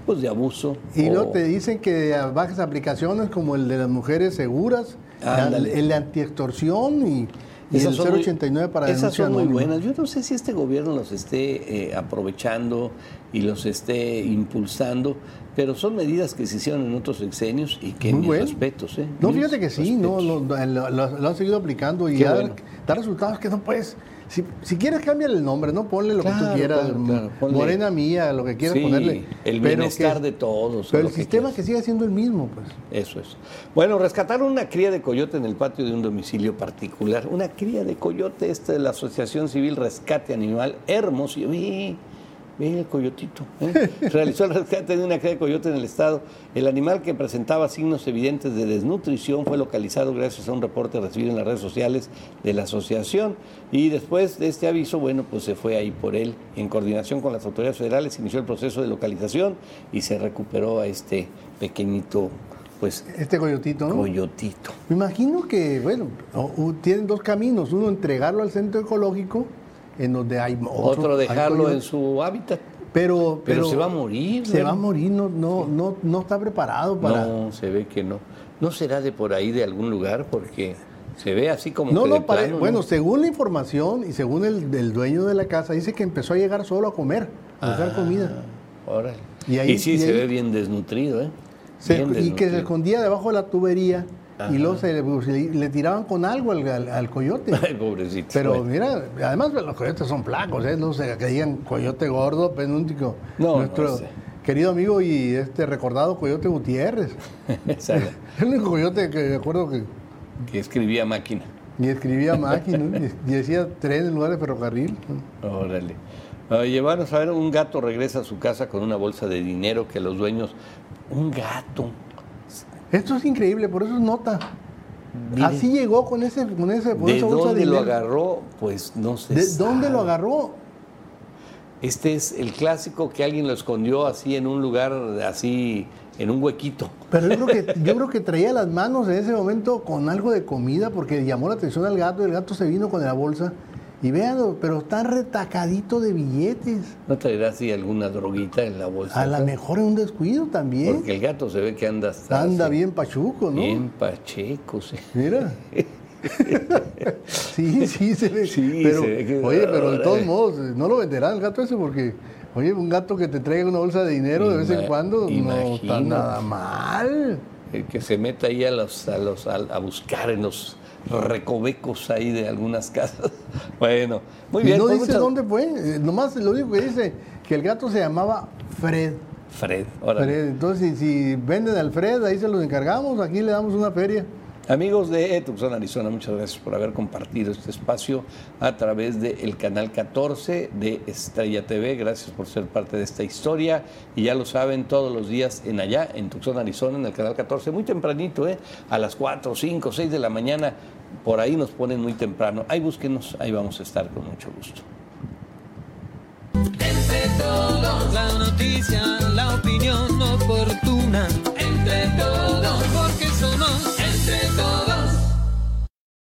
[SPEAKER 2] pues de abuso.
[SPEAKER 3] Y
[SPEAKER 2] o...
[SPEAKER 3] luego te dicen que bajes aplicaciones como el de las mujeres seguras,
[SPEAKER 2] Ándale.
[SPEAKER 3] el de antiextorsión y, y
[SPEAKER 2] Esas
[SPEAKER 3] el
[SPEAKER 2] son
[SPEAKER 3] cero
[SPEAKER 2] muy-
[SPEAKER 3] ochenta y nueve para
[SPEAKER 2] Esas
[SPEAKER 3] denuncia
[SPEAKER 2] son muy
[SPEAKER 3] anónima.
[SPEAKER 2] buenas. Yo no sé si este gobierno los esté eh, aprovechando y los esté impulsando, pero son medidas que se hicieron en otros sexenios y que
[SPEAKER 3] Muy
[SPEAKER 2] mis
[SPEAKER 3] bueno.
[SPEAKER 2] respetos. ¿eh?
[SPEAKER 3] No,
[SPEAKER 2] Mis
[SPEAKER 3] fíjate que sí, no,
[SPEAKER 2] respetos.
[SPEAKER 3] lo, lo- lo- lo han seguido aplicando y
[SPEAKER 2] Qué
[SPEAKER 3] ya
[SPEAKER 2] bueno.
[SPEAKER 3] da resultados que no puedes. Si, si quieres, cámbiale el nombre, ¿no? Ponle lo que
[SPEAKER 2] Claro,
[SPEAKER 3] tú quieras.
[SPEAKER 2] claro, claro, ponle-
[SPEAKER 3] Morena mía, lo que quieras
[SPEAKER 2] Sí,
[SPEAKER 3] ponerle.
[SPEAKER 2] el
[SPEAKER 3] pero
[SPEAKER 2] bienestar
[SPEAKER 3] que-
[SPEAKER 2] de todos. o
[SPEAKER 3] Pero
[SPEAKER 2] lo
[SPEAKER 3] el
[SPEAKER 2] que
[SPEAKER 3] sistema
[SPEAKER 2] quieras.
[SPEAKER 3] que sigue siendo el mismo, pues.
[SPEAKER 2] Eso es. Bueno, rescataron una cría de coyote en el patio de un domicilio particular. Una cría de coyote, esta de la Asociación Civil Rescate Animal Hermoso. Ve, ve el coyotito. ¿eh? Realizó el rescate de una cría de coyote en el estado. El animal, que presentaba signos evidentes de desnutrición, fue localizado gracias a un reporte recibido en las redes sociales de la asociación. Y después de este aviso, bueno, pues se fue ahí por él. En coordinación con las autoridades federales, inició el proceso de localización y se recuperó a este pequeñito, pues,
[SPEAKER 3] Este coyotito, ¿no?
[SPEAKER 2] coyotito.
[SPEAKER 3] Me imagino que, bueno, o- o tienen dos caminos. Uno, entregarlo al centro ecológico, en donde hay otro,
[SPEAKER 2] Otro,
[SPEAKER 3] hay
[SPEAKER 2] dejarlo
[SPEAKER 3] coyote.
[SPEAKER 2] en su hábitat.
[SPEAKER 3] Pero,
[SPEAKER 2] Pero se va a morir,
[SPEAKER 3] Se
[SPEAKER 2] ¿no?
[SPEAKER 3] va a morir, no, no, no, no está preparado para.
[SPEAKER 2] No, se ve que no. ¿No será de por ahí, de algún lugar? Porque se ve así como
[SPEAKER 3] No,
[SPEAKER 2] que
[SPEAKER 3] no,
[SPEAKER 2] de
[SPEAKER 3] pare-
[SPEAKER 2] plano,
[SPEAKER 3] bueno,
[SPEAKER 2] ¿no?
[SPEAKER 3] según la información y según el del dueño de la casa, dice que empezó a llegar solo a comer, a buscar
[SPEAKER 2] Ah,
[SPEAKER 3] comida.
[SPEAKER 2] Órale.
[SPEAKER 3] Y
[SPEAKER 2] Y,
[SPEAKER 3] ahí-
[SPEAKER 2] sí,
[SPEAKER 3] y
[SPEAKER 2] se
[SPEAKER 3] ahí-
[SPEAKER 2] ve bien desnutrido, ¿eh?
[SPEAKER 3] Se-
[SPEAKER 2] Bien
[SPEAKER 3] y que se
[SPEAKER 2] desnutrido.
[SPEAKER 3] escondía debajo de la tubería
[SPEAKER 2] Ajá.
[SPEAKER 3] y luego se le, pues, le- le tiraban con algo al, al- al coyote.
[SPEAKER 2] Ay, pobrecito.
[SPEAKER 3] Pero
[SPEAKER 2] Bueno.
[SPEAKER 3] mira, además los coyotes son flacos, ¿eh? No sé, que digan coyote gordo, penúntico.
[SPEAKER 2] No,
[SPEAKER 3] Nuestro
[SPEAKER 2] no sé.
[SPEAKER 3] querido amigo y este recordado Coyote Gutiérrez.
[SPEAKER 2] Esa era,
[SPEAKER 3] El único coyote que me acuerdo que
[SPEAKER 2] que escribía máquina.
[SPEAKER 3] y escribía máquina ¿no? y, y decía tren en lugar de ferrocarril.
[SPEAKER 2] Órale. Oye, vamos a ver, un gato regresa a su casa con una bolsa de dinero que los dueños... Un gato.
[SPEAKER 3] Esto es increíble, por eso es nota.
[SPEAKER 2] Mire.
[SPEAKER 3] Así llegó con ese, con ese con
[SPEAKER 2] ¿De
[SPEAKER 3] esa bolsa
[SPEAKER 2] dónde
[SPEAKER 3] de
[SPEAKER 2] lo
[SPEAKER 3] dinero.
[SPEAKER 2] agarró? Pues no sé.
[SPEAKER 3] ¿De dónde lo agarró?
[SPEAKER 2] Este es el clásico que alguien lo escondió así en un lugar, así, en un huequito.
[SPEAKER 3] Pero yo creo que yo creo que traía las manos en ese momento con algo de comida porque llamó la atención al gato y el gato se vino con la bolsa. Y véanlo, pero está retacadito de billetes.
[SPEAKER 2] ¿No traerá así alguna droguita en la bolsa?
[SPEAKER 3] A lo mejor en un descuido también.
[SPEAKER 2] Porque el gato se ve que anda hasta
[SPEAKER 3] Anda
[SPEAKER 2] así,
[SPEAKER 3] bien pachuco, ¿no?
[SPEAKER 2] bien pacheco, sí.
[SPEAKER 3] Mira. Sí, sí, se ve.
[SPEAKER 2] Sí,
[SPEAKER 3] pero,
[SPEAKER 2] se ve que-
[SPEAKER 3] oye, pero de todos
[SPEAKER 2] Órale.
[SPEAKER 3] modos, no lo venderán el gato ese porque, oye, un gato que te traiga una bolsa de dinero de vez en
[SPEAKER 2] Ima-
[SPEAKER 3] cuando no está
[SPEAKER 2] imagino.
[SPEAKER 3] nada mal.
[SPEAKER 2] El que se meta ahí a, los, a, los, a, a buscar en los recovecos ahí de algunas casas. Bueno, muy
[SPEAKER 3] y
[SPEAKER 2] bien.
[SPEAKER 3] no
[SPEAKER 2] pues
[SPEAKER 3] dice
[SPEAKER 2] muchas-
[SPEAKER 3] dónde fue, eh, nomás lo único que dice que el gato se llamaba Fred.
[SPEAKER 2] Fred, órale.
[SPEAKER 3] Fred. Entonces, si, si venden al Fred, ahí se los encargamos, aquí le damos una feria.
[SPEAKER 2] Amigos de Tucson, Arizona, muchas gracias por haber compartido este espacio a través del canal catorce de Estrella T V. Gracias por ser parte de esta historia. Y ya lo saben, todos los días en allá, en Tucson, Arizona, en el canal catorce, muy tempranito, ¿eh? A las cuatro, cinco, seis de la mañana, por ahí nos ponen muy temprano. Ahí búsquenos, ahí vamos a estar con mucho gusto.
[SPEAKER 1] Entre todos, la noticia,